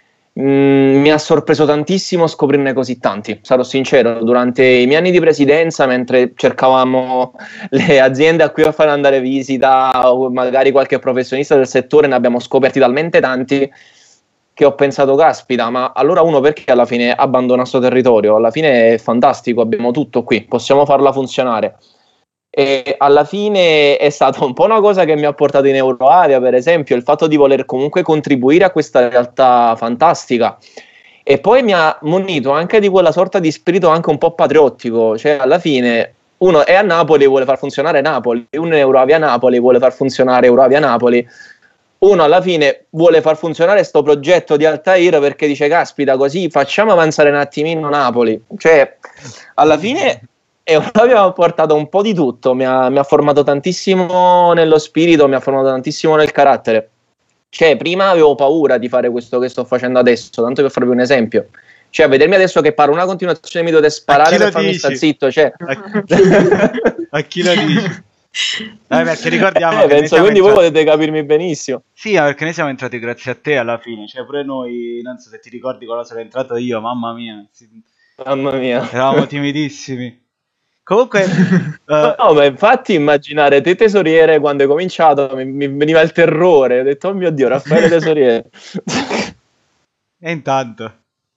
mi ha sorpreso tantissimo scoprirne così tanti. Sarò sincero, durante i miei anni di presidenza, mentre cercavamo le aziende a cui fare andare visita o magari qualche professionista del settore, ne abbiamo scoperti talmente tanti che ho pensato, caspita, ma allora uno perché alla fine abbandona il suo territorio? Alla fine è fantastico, abbiamo tutto qui, possiamo farla funzionare. E alla fine è stata un po' una cosa che mi ha portato in Euroavia, per esempio, il fatto di voler comunque contribuire a questa realtà fantastica. E poi mi ha munito anche di quella sorta di spirito anche un po' patriottico, cioè alla fine uno è a Napoli e vuole far funzionare Napoli, uno è Euroavia Napoli, vuole far funzionare Euroavia Napoli. Uno alla fine vuole far funzionare sto progetto di Altair perché dice caspita, così facciamo avanzare un attimino Napoli. Cioè alla fine abbiamo portato un po' di tutto, mi ha formato tantissimo nello spirito, mi ha formato tantissimo nel carattere. Cioè prima avevo paura di fare questo che sto facendo adesso, tanto per farvi un esempio. Cioè a vedermi adesso che parlo una continuazione mi dovete sparare per farmi stare zitto, cioè. A chi lo dici? Perché ricordiamo che penso, quindi voi potete capirmi benissimo. Sì, perché noi siamo entrati grazie a te alla fine, cioè pure noi, non so se ti ricordi quando sono entrato io, mamma mia, eravamo timidissimi. Comunque no, ma infatti immaginare te tesoriere quando hai cominciato mi veniva il terrore, ho detto oh mio Dio, Raffaele tesoriere. E intanto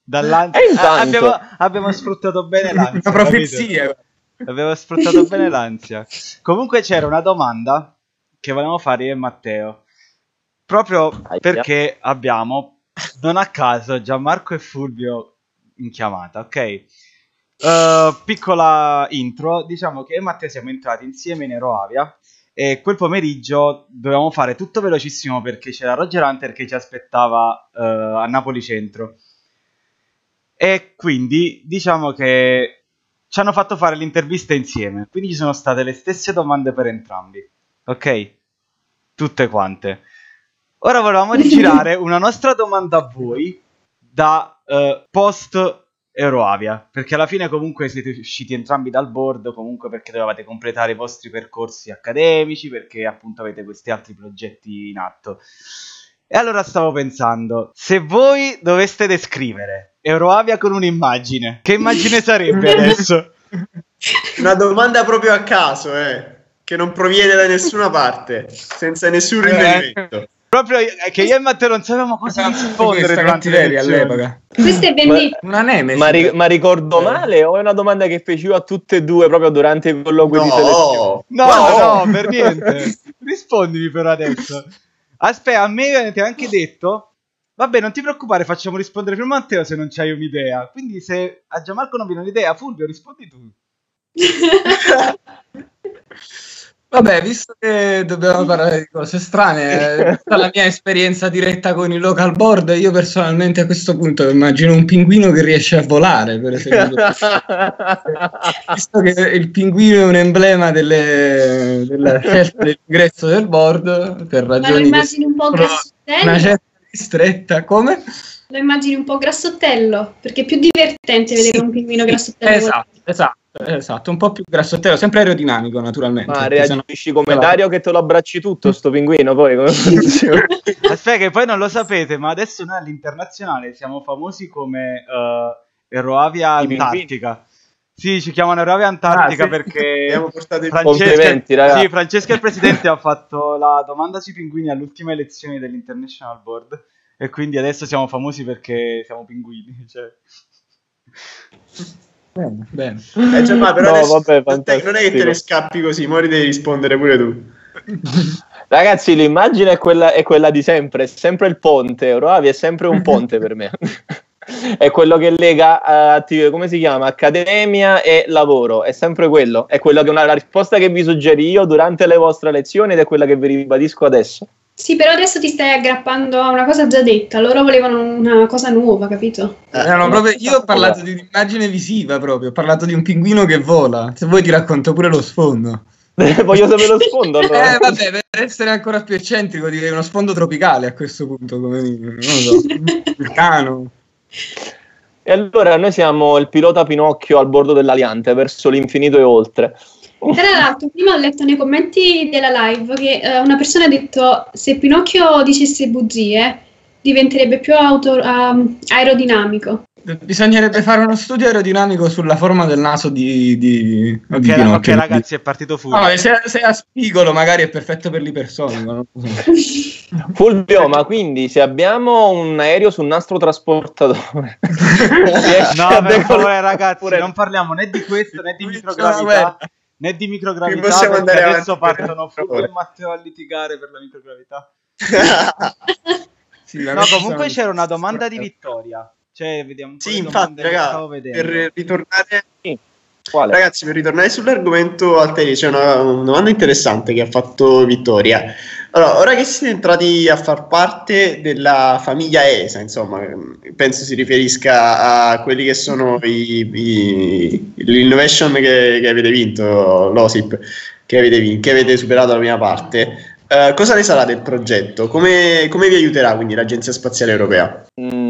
abbiamo sfruttato bene l'ansia, una profezia. Avevo sfruttato bene l'ansia. Comunque c'era una domanda che volevamo fare io e Matteo, proprio perché abbiamo, non a caso, Gianmarco e Fulvio in chiamata, ok? Piccola intro, diciamo che io e Matteo siamo entrati insieme in Euroavia e quel pomeriggio dovevamo fare tutto velocissimo perché c'era Roger Hunter che ci aspettava a Napoli Centro, e quindi diciamo che ci hanno fatto fare l'intervista insieme, quindi ci sono state le stesse domande per entrambi, ok? Tutte quante. Ora volevamo rigirare una nostra domanda a voi da post Euroavia, perché alla fine comunque siete usciti entrambi dal board, comunque perché dovevate completare i vostri percorsi accademici, perché appunto avete questi altri progetti in atto. E allora stavo pensando, se voi doveste descrivere Euroavia con un'immagine, che immagine sarebbe adesso? Una domanda proprio a caso, che non proviene da nessuna parte, senza nessun riferimento. proprio che io e Matteo non sapevamo cosa rispondere durante le lezioni. all'epoca. Questo è vendetta. Una nemesi. Ma ricordo male o è una domanda che feci io a tutte e due proprio durante il colloquio di selezione? No, per niente. Rispondimi però adesso. Aspetta, a me avete anche detto, vabbè, non ti preoccupare, facciamo rispondere prima Matteo se non c'hai un'idea. Quindi se a Gianmarco non viene un'idea, Fulvio, rispondi tu. Vabbè, visto che dobbiamo parlare di cose strane, dalla mia esperienza diretta con il local board, io personalmente a questo punto immagino un pinguino che riesce a volare, per esempio. Visto che il pinguino è un emblema della scelta dell'ingresso del board, per ragioni... Ma lo immagini un po' grassottello? Una certa ristretta, come? Lo immagini un po' grassottello, perché è più divertente vedere un pinguino grassottello. Esatto, un po' più grassottello, sempre aerodinamico naturalmente. Ma reagisci come Dario che te lo abbracci tutto sto pinguino, poi come funziona? Aspetta che poi non lo sapete, ma adesso noi all'internazionale siamo famosi come Eroavia Antartica. Sì, ci chiamano Eroavia Antartica perché abbiamo portato i complimenti, ragazzi. Sì, Francesca il presidente ha fatto la domanda sui pinguini all'ultima elezione dell'International Board e quindi adesso siamo famosi perché siamo pinguini, cioè. Bene. Però No, adesso vabbè, non è che te ne scappi così, mori devi rispondere pure tu. Ragazzi, l'immagine è quella di sempre, è sempre il ponte. Euroavia è sempre un ponte per me. È quello che lega come si chiama? Accademia e lavoro, è sempre quello. È quello che la risposta che vi suggeri io durante le vostre lezioni ed è quella che vi ribadisco adesso. Sì, però adesso ti stai aggrappando a una cosa già detta, loro volevano una cosa nuova, capito? Io ho parlato di un'immagine visiva proprio, ho parlato di un pinguino che vola, se vuoi ti racconto pure lo sfondo. Voglio sapere lo sfondo allora. Vabbè, per essere ancora più eccentrico direi uno sfondo tropicale a questo punto, come non lo so, vulcano. E allora noi siamo il pilota Pinocchio al bordo dell'Aliante, verso l'infinito e oltre. Tra l'altro, prima ho letto nei commenti della live che una persona ha detto se Pinocchio dicesse bugie diventerebbe più aerodinamico. Bisognerebbe fare uno studio aerodinamico sulla forma del naso di Pinocchio. Ok, ragazzi, è partito Fulvio. No, se a spigolo magari è perfetto per l'ipersonico. Non lo so. Fulvio, ma quindi se abbiamo un aereo sul nastro trasportatore no, per favore ragazzi, non parliamo né di questo né di microgravità né di microgravità, possiamo perché andare adesso avanti, partono Fulvio e Matteo a litigare per la microgravità. Sì, no, comunque c'era una domanda di Vittoria. Cioè, vediamo un po' sì, infatti, ragazzi, per ritornare... Quale? Ragazzi, per ritornare sull'argomento Alteri, c'è una domanda interessante che ha fatto Vittoria. Allora, ora che siete entrati a far parte della famiglia ESA, insomma, penso si riferisca a quelli che sono l'innovation che avete vinto, l'OSIP, che avete superato la prima parte, cosa ne sarà del progetto? Come vi aiuterà quindi l'Agenzia Spaziale Europea?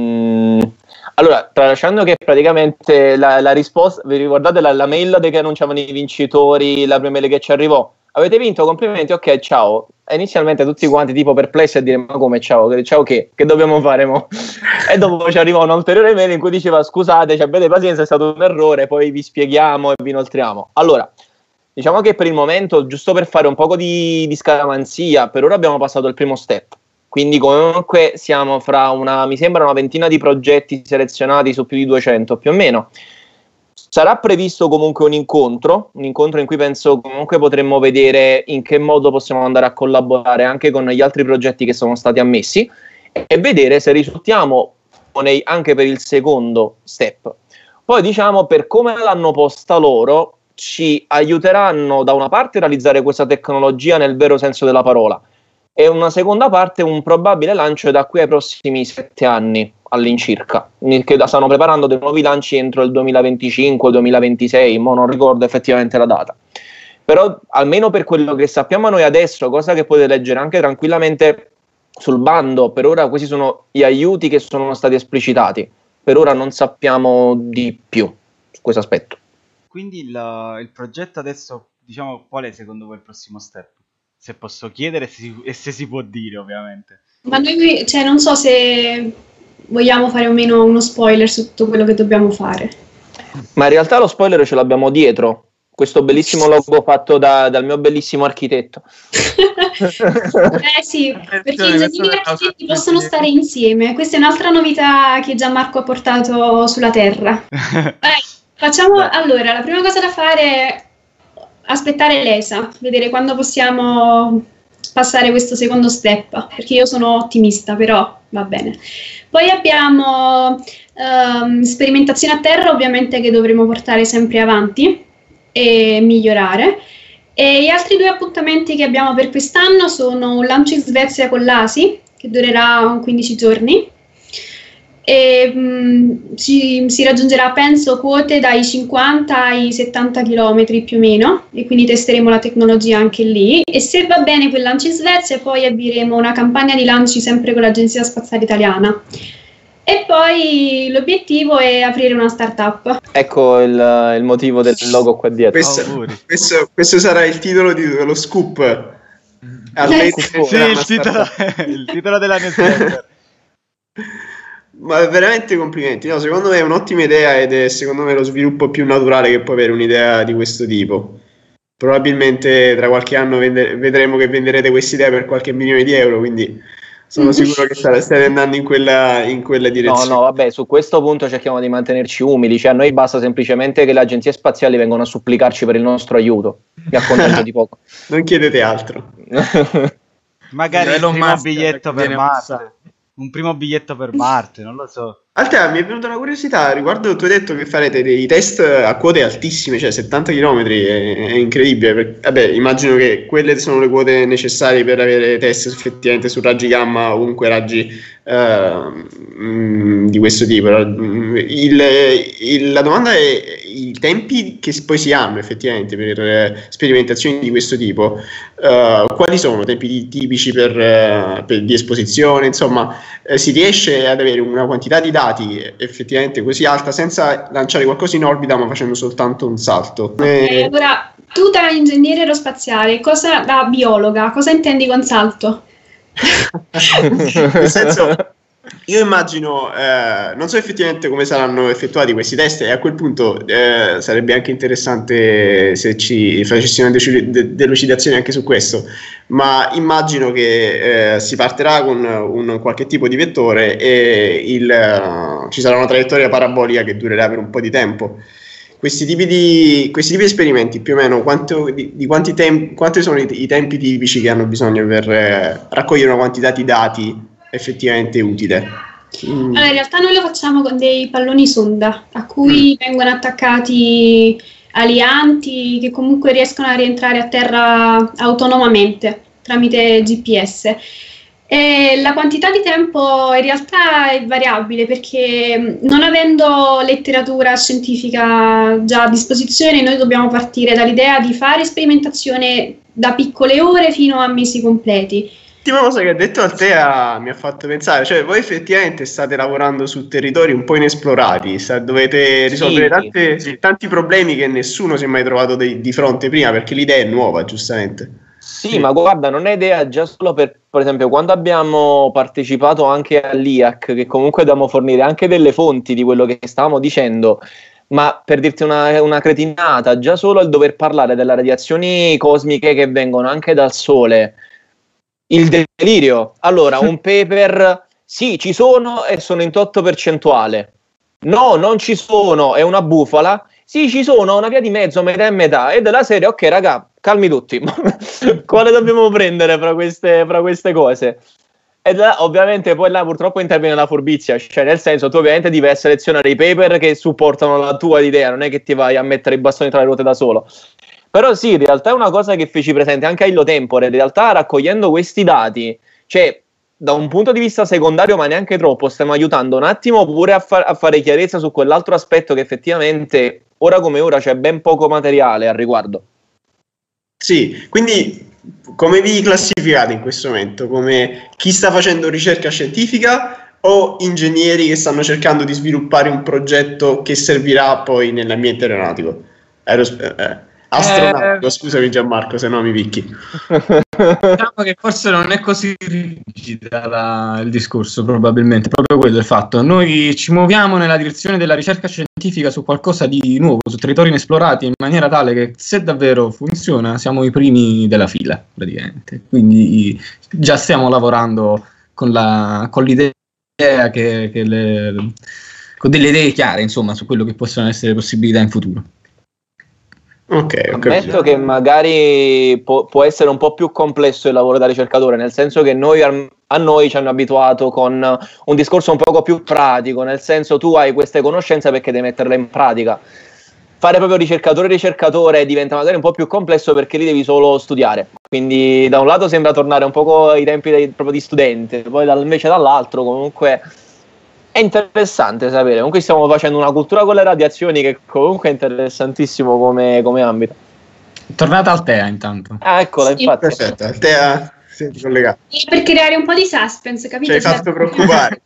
Allora, tralasciando che praticamente la risposta, vi ricordate la mail che annunciavano i vincitori, la prima mail che ci arrivò? Avete vinto, complimenti, ok, ciao. E inizialmente tutti quanti tipo perplessi a dire ma come ciao che dobbiamo fare mo? E dopo ci arrivò un'ulteriore mail in cui diceva scusate, abbiate pazienza, è stato un errore, poi vi spieghiamo e vi inoltriamo. Allora, diciamo che per il momento, giusto per fare un poco di scaramanzia, per ora abbiamo passato il primo step. Quindi comunque siamo fra mi sembra una ventina di progetti selezionati su più di 200 più o meno. Sarà previsto comunque un incontro in cui penso comunque potremmo vedere in che modo possiamo andare a collaborare anche con gli altri progetti che sono stati ammessi e vedere se risultiamo anche per il secondo step. Poi diciamo per come l'hanno posta loro ci aiuteranno da una parte a realizzare questa tecnologia nel vero senso della parola e una seconda parte un probabile lancio da qui ai prossimi 7 anni all'incirca, che stanno preparando dei nuovi lanci entro il 2025-2026, ma non ricordo effettivamente la data. Però almeno per quello che sappiamo noi adesso, cosa che potete leggere anche tranquillamente sul bando, per ora questi sono gli aiuti che sono stati esplicitati, per ora non sappiamo di più su questo aspetto. Quindi il progetto adesso, diciamo, qual è secondo voi il prossimo step? Se posso chiedere e se si può dire, ovviamente. Ma noi, cioè, non so se vogliamo fare o meno uno spoiler su tutto quello che dobbiamo fare. Ma in realtà lo spoiler ce l'abbiamo dietro. questo bellissimo logo fatto dal mio bellissimo architetto. Sì, perché ingegneri e architetti possono stare insieme. Questa è un'altra novità che Gianmarco ha portato sulla Terra. Allora, la prima cosa da fare è aspettare l'ESA, vedere quando possiamo passare questo secondo step, perché io sono ottimista, però va bene. Poi abbiamo sperimentazione a terra, ovviamente, che dovremo portare sempre avanti e migliorare. E gli altri 2 appuntamenti che abbiamo per quest'anno sono un lancio in Svezia con l'ASI, che durerà 15 giorni, e si raggiungerà, penso, quote dai 50 ai 70 km più o meno, e quindi testeremo la tecnologia anche lì, e se va bene quel lancio in Svezia poi avvieremo una campagna di lanci sempre con l'Agenzia Spaziale Italiana, e poi l'obiettivo è aprire una startup. Ecco il motivo del logo qua dietro. Questo sarà il titolo dello scoop. Sì, il titolo della newsletter. Ma veramente complimenti, no, secondo me è un'ottima idea, ed è secondo me lo sviluppo più naturale che può avere un'idea di questo tipo. Probabilmente tra qualche anno vedremo che venderete questa idea per qualche milione di euro, quindi sono sicuro che state andando in quella direzione. No, vabbè, su questo punto cerchiamo di mantenerci umili, cioè a noi basta semplicemente che le agenzie spaziali vengano a supplicarci per il nostro aiuto, mi accontento di poco. Non chiedete altro. Magari un primo biglietto per Marte. Un primo biglietto per Marte, non lo so. Altea, mi è venuta una curiosità riguardo, tu hai detto che farete dei test a quote altissime, cioè 70 km, è incredibile. Vabbè, immagino che quelle sono le quote necessarie per avere test effettivamente su raggi gamma o comunque raggi di questo tipo. La domanda è i tempi che poi si hanno effettivamente per sperimentazioni di questo tipo. Quali sono i tempi tipici di esposizione? Insomma, si riesce ad avere una quantità di dati effettivamente così alta senza lanciare qualcosa in orbita ma facendo soltanto un salto? Allora, tu da ingegnere aerospaziale, da biologa, cosa intendi con salto? Nel senso, io immagino, non so effettivamente come saranno effettuati questi test, e a quel punto sarebbe anche interessante se ci facessi una delucidazione anche su questo, ma immagino che si partirà con un qualche tipo di vettore e ci sarà una traiettoria parabolica che durerà per un po' di tempo. Questi tipi di esperimenti, più o meno, quanti sono i tempi tipici che hanno bisogno per raccogliere una quantità di dati effettivamente utile? Allora, in realtà noi lo facciamo con dei palloni sonda a cui vengono attaccati alianti che comunque riescono a rientrare a terra autonomamente tramite GPS. E la quantità di tempo in realtà è variabile, perché non avendo letteratura scientifica già a disposizione, noi dobbiamo partire dall'idea di fare sperimentazione da piccole ore fino a mesi completi. L'ultima cosa che ha detto Altea mi ha fatto pensare, cioè voi effettivamente state lavorando su territori un po' inesplorati, dovete risolvere tanti problemi che nessuno si è mai trovato di fronte prima, perché l'idea è nuova, giustamente. Sì, ma guarda, non è idea già solo per esempio, quando abbiamo partecipato anche all'IAC, che comunque dobbiamo fornire anche delle fonti di quello che stavamo dicendo, ma per dirti una cretinata, già solo il dover parlare delle radiazioni cosmiche che vengono anche dal Sole, il delirio. Allora, un paper, sì, ci sono e sono in tot percentuale. No, non ci sono, è una bufala. Sì, ci sono, una via di mezzo, metà e metà. E della serie, ok, raga, calmi tutti. Quale dobbiamo prendere fra queste cose? E ovviamente poi là purtroppo interviene la furbizia. Cioè, nel senso, tu ovviamente devi selezionare i paper che supportano la tua idea, non è che ti vai a mettere i bastoni tra le ruote da solo. Però sì, in realtà è una cosa che feci presente anche a Illo Tempore. In realtà, raccogliendo questi dati, cioè, da un punto di vista secondario, ma neanche troppo, stiamo aiutando un attimo pure a fare chiarezza su quell'altro aspetto che effettivamente, ora come ora, c'è ben poco materiale al riguardo. Sì, quindi come vi classificate in questo momento? Come chi sta facendo ricerca scientifica o ingegneri che stanno cercando di sviluppare un progetto che servirà poi nell'ambiente aeronautico? astronautico, scusami Gianmarco, se no mi picchi. Diciamo che forse non è così rigida il discorso, probabilmente, proprio quello è il fatto. Noi ci muoviamo nella direzione della ricerca scientifica su qualcosa di nuovo, su territori inesplorati, in maniera tale che se davvero funziona siamo i primi della fila, praticamente. Quindi già stiamo lavorando con l'idea con delle idee chiare, insomma, su quello che possono essere possibilità in futuro. Ok, ammetto che magari può essere un po' più complesso il lavoro da ricercatore, nel senso che a noi ci hanno abituato con un discorso un poco più pratico, nel senso tu hai queste conoscenze perché devi metterle in pratica. Fare proprio ricercatore diventa magari un po' più complesso perché lì devi solo studiare, quindi da un lato sembra tornare un po' ai tempi proprio di studente, poi invece dall'altro comunque è interessante sapere. Comunque stiamo facendo una cultura con le radiazioni che comunque è interessantissimo come ambito. Tornata Altea intanto. Eccola, Sì. infatti. Perfetto, Altea, senti collegato. Per creare un po' di suspense, capito? Ci hai fatto preoccupare.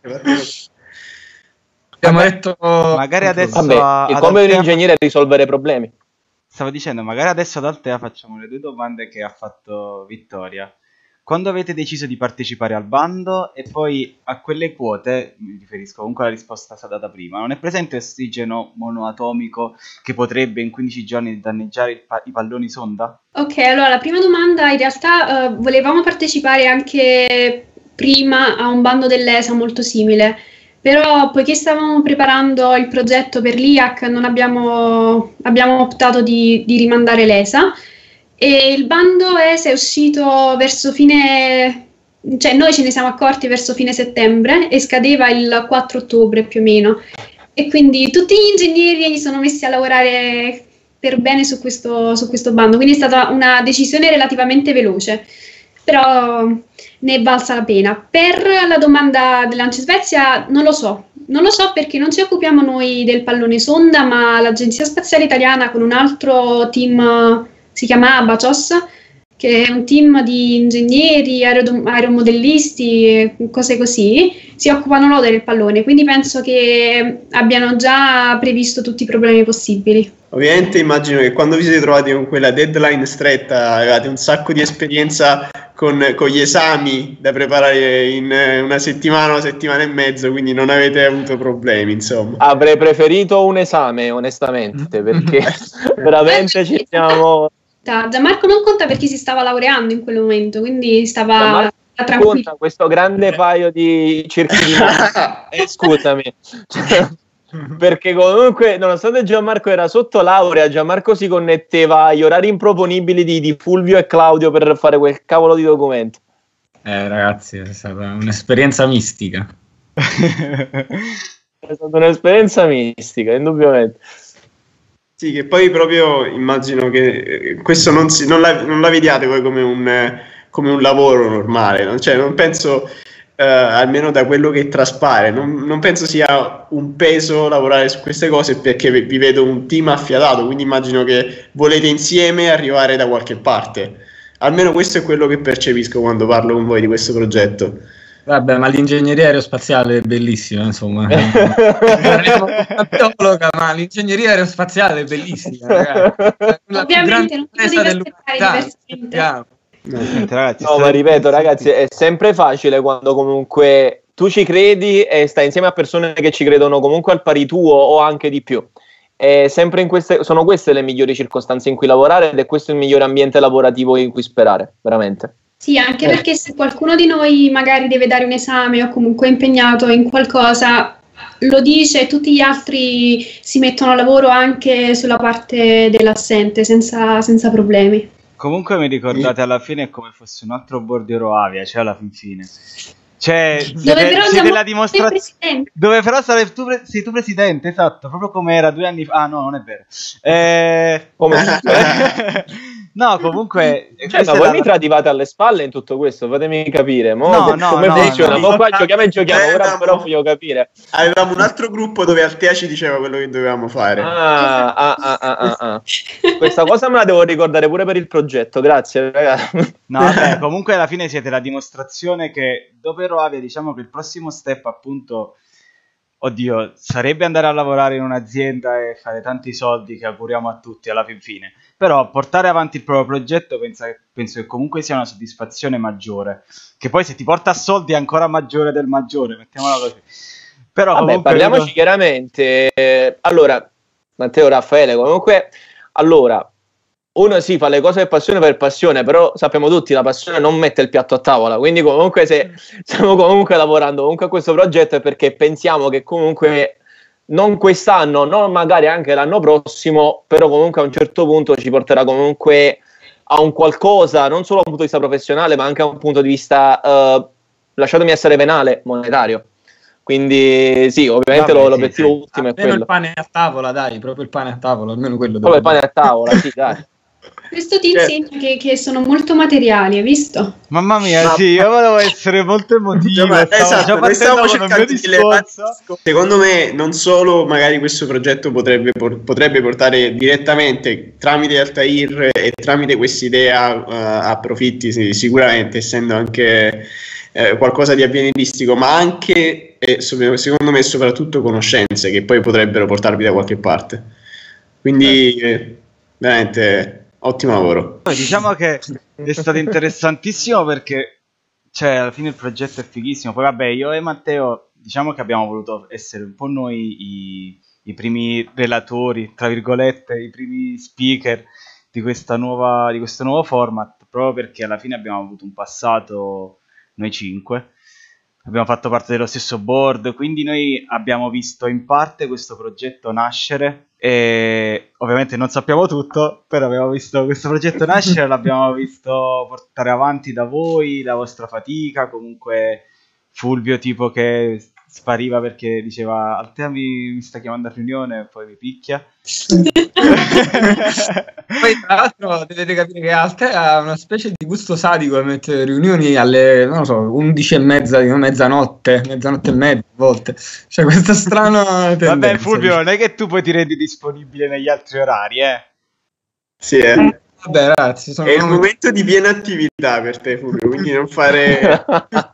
Abbiamo detto magari adesso Vabbè, il compito dell'ingegnere è risolvere problemi. Stavo dicendo, magari adesso ad Altea facciamo le due domande che ha fatto Vittoria. Quando avete deciso di partecipare al bando e poi a quelle quote, mi riferisco comunque alla risposta data prima, non è presente ossigeno monoatomico che potrebbe in 15 giorni danneggiare i palloni sonda? Ok, allora la prima domanda, in realtà volevamo partecipare anche prima a un bando dell'ESA molto simile, però poiché stavamo preparando il progetto per l'IAC abbiamo optato di rimandare l'ESA. E il bando è uscito verso fine, cioè noi ce ne siamo accorti verso fine settembre e scadeva il 4 ottobre più o meno, e quindi tutti gli ingegneri sono messi a lavorare per bene su questo bando, quindi è stata una decisione relativamente veloce, però ne è valsa la pena. Per la domanda dell'Ance Svezia non lo so perché non ci occupiamo noi del pallone sonda, ma l'Agenzia Spaziale Italiana con un altro team, si chiama Abacos, che è un team di ingegneri, aeromodellisti e cose così, si occupano loro del pallone, quindi penso che abbiano già previsto tutti i problemi possibili. Ovviamente immagino che quando vi siete trovati con quella deadline stretta avevate un sacco di esperienza con gli esami da preparare in una settimana e mezzo, quindi non avete avuto problemi, insomma. Avrei preferito un esame, onestamente, perché veramente ci siamo... Gianmarco non conta perché si stava laureando in quel momento, quindi stava tranquillo. Conta questo grande paio di circhi di scusami. Perché comunque, nonostante Gianmarco era sotto laurea, Gianmarco si connetteva agli orari improponibili di Fulvio e Claudio per fare quel cavolo di documento. Ragazzi, è stata un'esperienza mistica. È stata un'esperienza mistica, indubbiamente. Sì, che poi proprio immagino che questo non la vediate voi come un lavoro normale, no? Cioè, non penso... almeno da quello che traspare, non penso sia un peso lavorare su queste cose, perché vi vedo un team affiatato, quindi immagino che volete insieme arrivare da qualche parte. Almeno questo è quello che percepisco quando parlo con voi di questo progetto. Vabbè, ma l'ingegneria aerospaziale è bellissima, insomma. Ma l'ingegneria aerospaziale è bellissima, ragazzi. Ovviamente non si deve aspettare diversamente. Ragazzi, no, ma ripeto, ragazzi, è sempre facile quando comunque tu ci credi e stai insieme a persone che ci credono comunque al pari tuo o anche di più. E sempre sono queste le migliori circostanze in cui lavorare ed è questo il migliore ambiente lavorativo in cui sperare, veramente. Sì, anche perché se qualcuno di noi magari deve dare un esame o comunque è impegnato in qualcosa, lo dice e tutti gli altri si mettono a lavoro anche sulla parte dell'assente senza problemi. Comunque mi ricordate alla fine come fosse un altro bordiero Avia, cioè alla fine. Cioè, siete la dimostrazione dove però sei tu presidente, esatto, proprio come era 2 anni fa. Ah no, non è vero. No, comunque ma voi mi tradivate alle spalle in tutto questo, fatemi capire come funziona. No. Qua giochiamo, ora però voglio capire. Avevamo un altro gruppo dove Altea ci diceva quello che dovevamo fare. Questa cosa me la devo ricordare pure per il progetto, grazie ragazzi. No, vabbè, comunque alla fine siete la dimostrazione che dopo Avia, diciamo che il prossimo step appunto oddio, sarebbe andare a lavorare in un'azienda e fare tanti soldi che auguriamo a tutti alla fin fine, però portare avanti il proprio progetto penso che comunque sia una soddisfazione maggiore, che poi se ti porta a soldi è ancora maggiore del maggiore, mettiamola così. Però vabbè, parliamoci chiaramente. Allora, Matteo, Raffaele, comunque, allora, uno si fa le cose per passione, però sappiamo tutti la passione non mette il piatto a tavola, quindi comunque se stiamo comunque lavorando comunque a questo progetto è perché pensiamo che comunque non quest'anno, non magari anche l'anno prossimo, però comunque a un certo punto ci porterà comunque a un qualcosa, non solo da un punto di vista professionale, ma anche da un punto di vista, lasciatemi essere venale, monetario. Quindi sì, ovviamente l'obiettivo ultimo è quello. Il pane a tavola, dai, proprio il pane a tavola, almeno quello. Proprio il pane a tavola, sì, dai. Questo ti insegna che sono molto materiali, hai visto? Mamma mia, sì, io volevo essere molto emotivo. Esatto, noi stavamo cercando di secondo me non solo magari questo progetto potrebbe portare direttamente tramite Altair e tramite quest'idea a profitti, sicuramente, essendo anche qualcosa di avveniristico, ma anche secondo me soprattutto conoscenze che poi potrebbero portarvi da qualche parte. Quindi veramente ottimo lavoro. Diciamo che è stato interessantissimo perché alla fine il progetto è fighissimo. Poi vabbè, io e Matteo diciamo che abbiamo voluto essere un po' noi i primi relatori, tra virgolette, i primi speaker di questo nuovo format, proprio perché alla fine abbiamo avuto un passato, noi 5 abbiamo fatto parte dello stesso board, quindi noi abbiamo visto in parte questo progetto nascere e ovviamente non sappiamo tutto, però abbiamo visto questo progetto nascere, l'abbiamo visto portare avanti da voi, la vostra fatica, comunque Fulvio tipo che spariva perché diceva Altea mi sta chiamando a riunione e poi mi picchia. Poi tra l'altro dovete capire che Altea ha una specie di gusto sadico a mettere riunioni alle, non lo so, 11:30 mezzanotte e mezza a volte, cioè questa strana tendenza. Vabbè Fulvio, non è che tu poi ti rendi disponibile negli altri orari, Sì, Vabbè ragazzi, è il momento di piena attività per te Fulvio, quindi non fare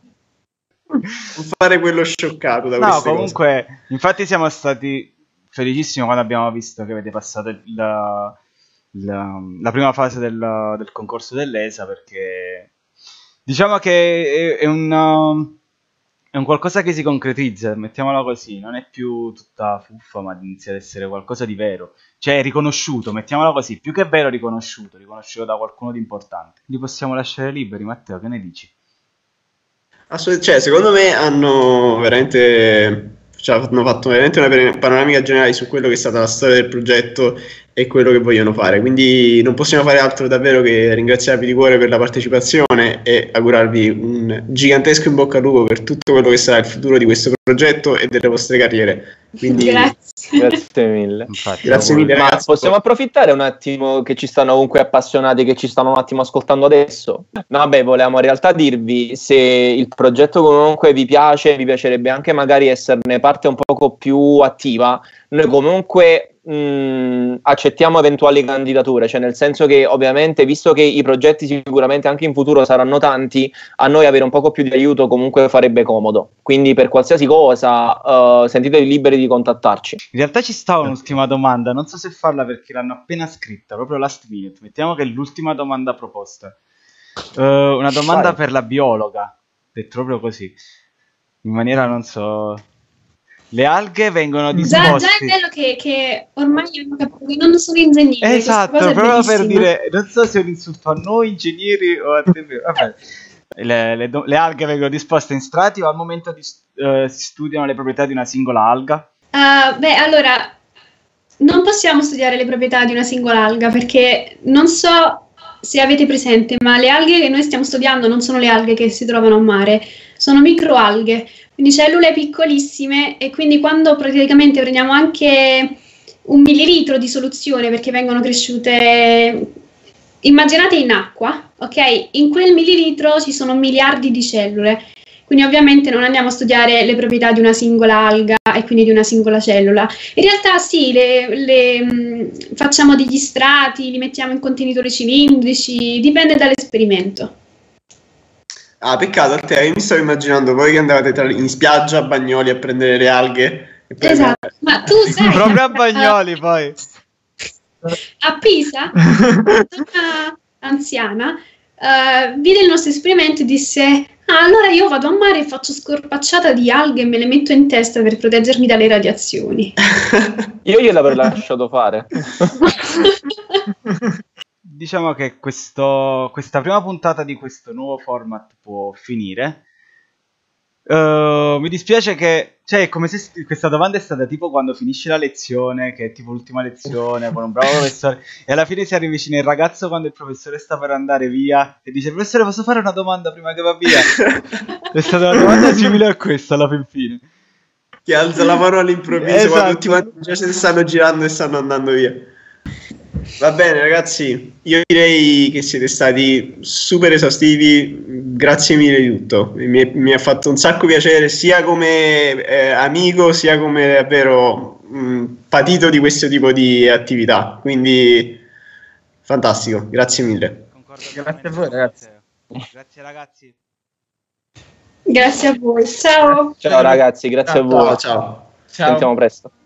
quello scioccato da queste comunque cose. Infatti siamo stati felicissimi quando abbiamo visto che avete passato la prima fase del concorso dell'ESA, perché diciamo che è un qualcosa che si concretizza, mettiamola così, non è più tutta fuffa ma inizia ad essere qualcosa di vero, cioè riconosciuto, mettiamola così, più che vero riconosciuto da qualcuno di importante. Li possiamo lasciare liberi, Matteo, che ne dici? Cioè, secondo me hanno fatto veramente una panoramica generale su quello che è stata la storia del progetto e quello che vogliono fare, quindi non possiamo fare altro davvero che ringraziarvi di cuore per la partecipazione e augurarvi un gigantesco in bocca al lupo per tutto quello che sarà il futuro di questo progetto e delle vostre carriere. Quindi grazie mille. Infatti, grazie mille ragazzi. Possiamo approfittare un attimo che ci stanno comunque appassionati, che ci stanno un attimo ascoltando adesso? No, vabbè, volevamo in realtà dirvi se il progetto comunque vi piace, vi piacerebbe anche magari esserne parte un poco più attiva. Noi comunque accettiamo eventuali candidature, cioè nel senso che ovviamente, visto che i progetti sicuramente anche in futuro saranno tanti, a noi avere un poco più di aiuto comunque farebbe comodo, quindi per qualsiasi cosa sentitevi liberi di contattarci. In realtà ci stava un'ultima domanda, non so se farla perché l'hanno appena scritta, proprio last minute, mettiamo che è l'ultima domanda proposta, una domanda per la biologa, detto proprio così, in maniera non so... Le alghe vengono disposte... Già è bello che ormai hanno capito che non sono ingegneri. Esatto, proprio per dire, non so se è un insulto a noi ingegneri o a te. Vabbè. Le alghe vengono disposte in strati o al momento si studiano le proprietà di una singola alga? Allora, non possiamo studiare le proprietà di una singola alga perché non so se avete presente, ma le alghe che noi stiamo studiando non sono le alghe che si trovano a mare, sono microalghe. Quindi cellule piccolissime e quindi quando praticamente prendiamo anche 1 millilitro di soluzione perché vengono cresciute, immaginate in acqua, ok? In quel millilitro ci sono miliardi di cellule, quindi ovviamente non andiamo a studiare le proprietà di una singola alga e quindi di una singola cellula. In realtà sì, facciamo degli strati, li mettiamo in contenitori cilindrici, dipende dall'esperimento. Ah, peccato, a te, mi stavo immaginando voi che andavate in spiaggia a Bagnoli a prendere le alghe Esatto, ma tu sai Proprio a Bagnoli poi. a Pisa una anziana vide il nostro esperimento e disse: ah, allora io vado a mare e faccio scorpacciata di alghe e me le metto in testa per proteggermi dalle radiazioni. Io gliel'avrei lasciato fare. Diciamo che questa prima puntata di questo nuovo format può finire. Mi dispiace che, cioè, è come se questa domanda è stata tipo quando finisce la lezione, che è tipo l'ultima lezione con un bravo professore, e alla fine si avvicina il ragazzo quando il professore sta per andare via e dice: professore, posso fare una domanda prima che va via? È stata una domanda simile a questa alla fin fine. Che alza la mano all'improvviso, Esatto. quando tutti quanti già si stanno girando e stanno andando via. Va bene ragazzi, io direi che siete stati super esaustivi, grazie mille di tutto, mi ha fatto un sacco piacere sia come amico sia come davvero patito di questo tipo di attività, quindi fantastico, grazie mille. Concordo Grazie a pienamente voi, con ragazzi. te. Grazie ragazzi. Grazie a voi, ciao. Ciao ragazzi, grazie a voi. Ciao. Ci sentiamo presto.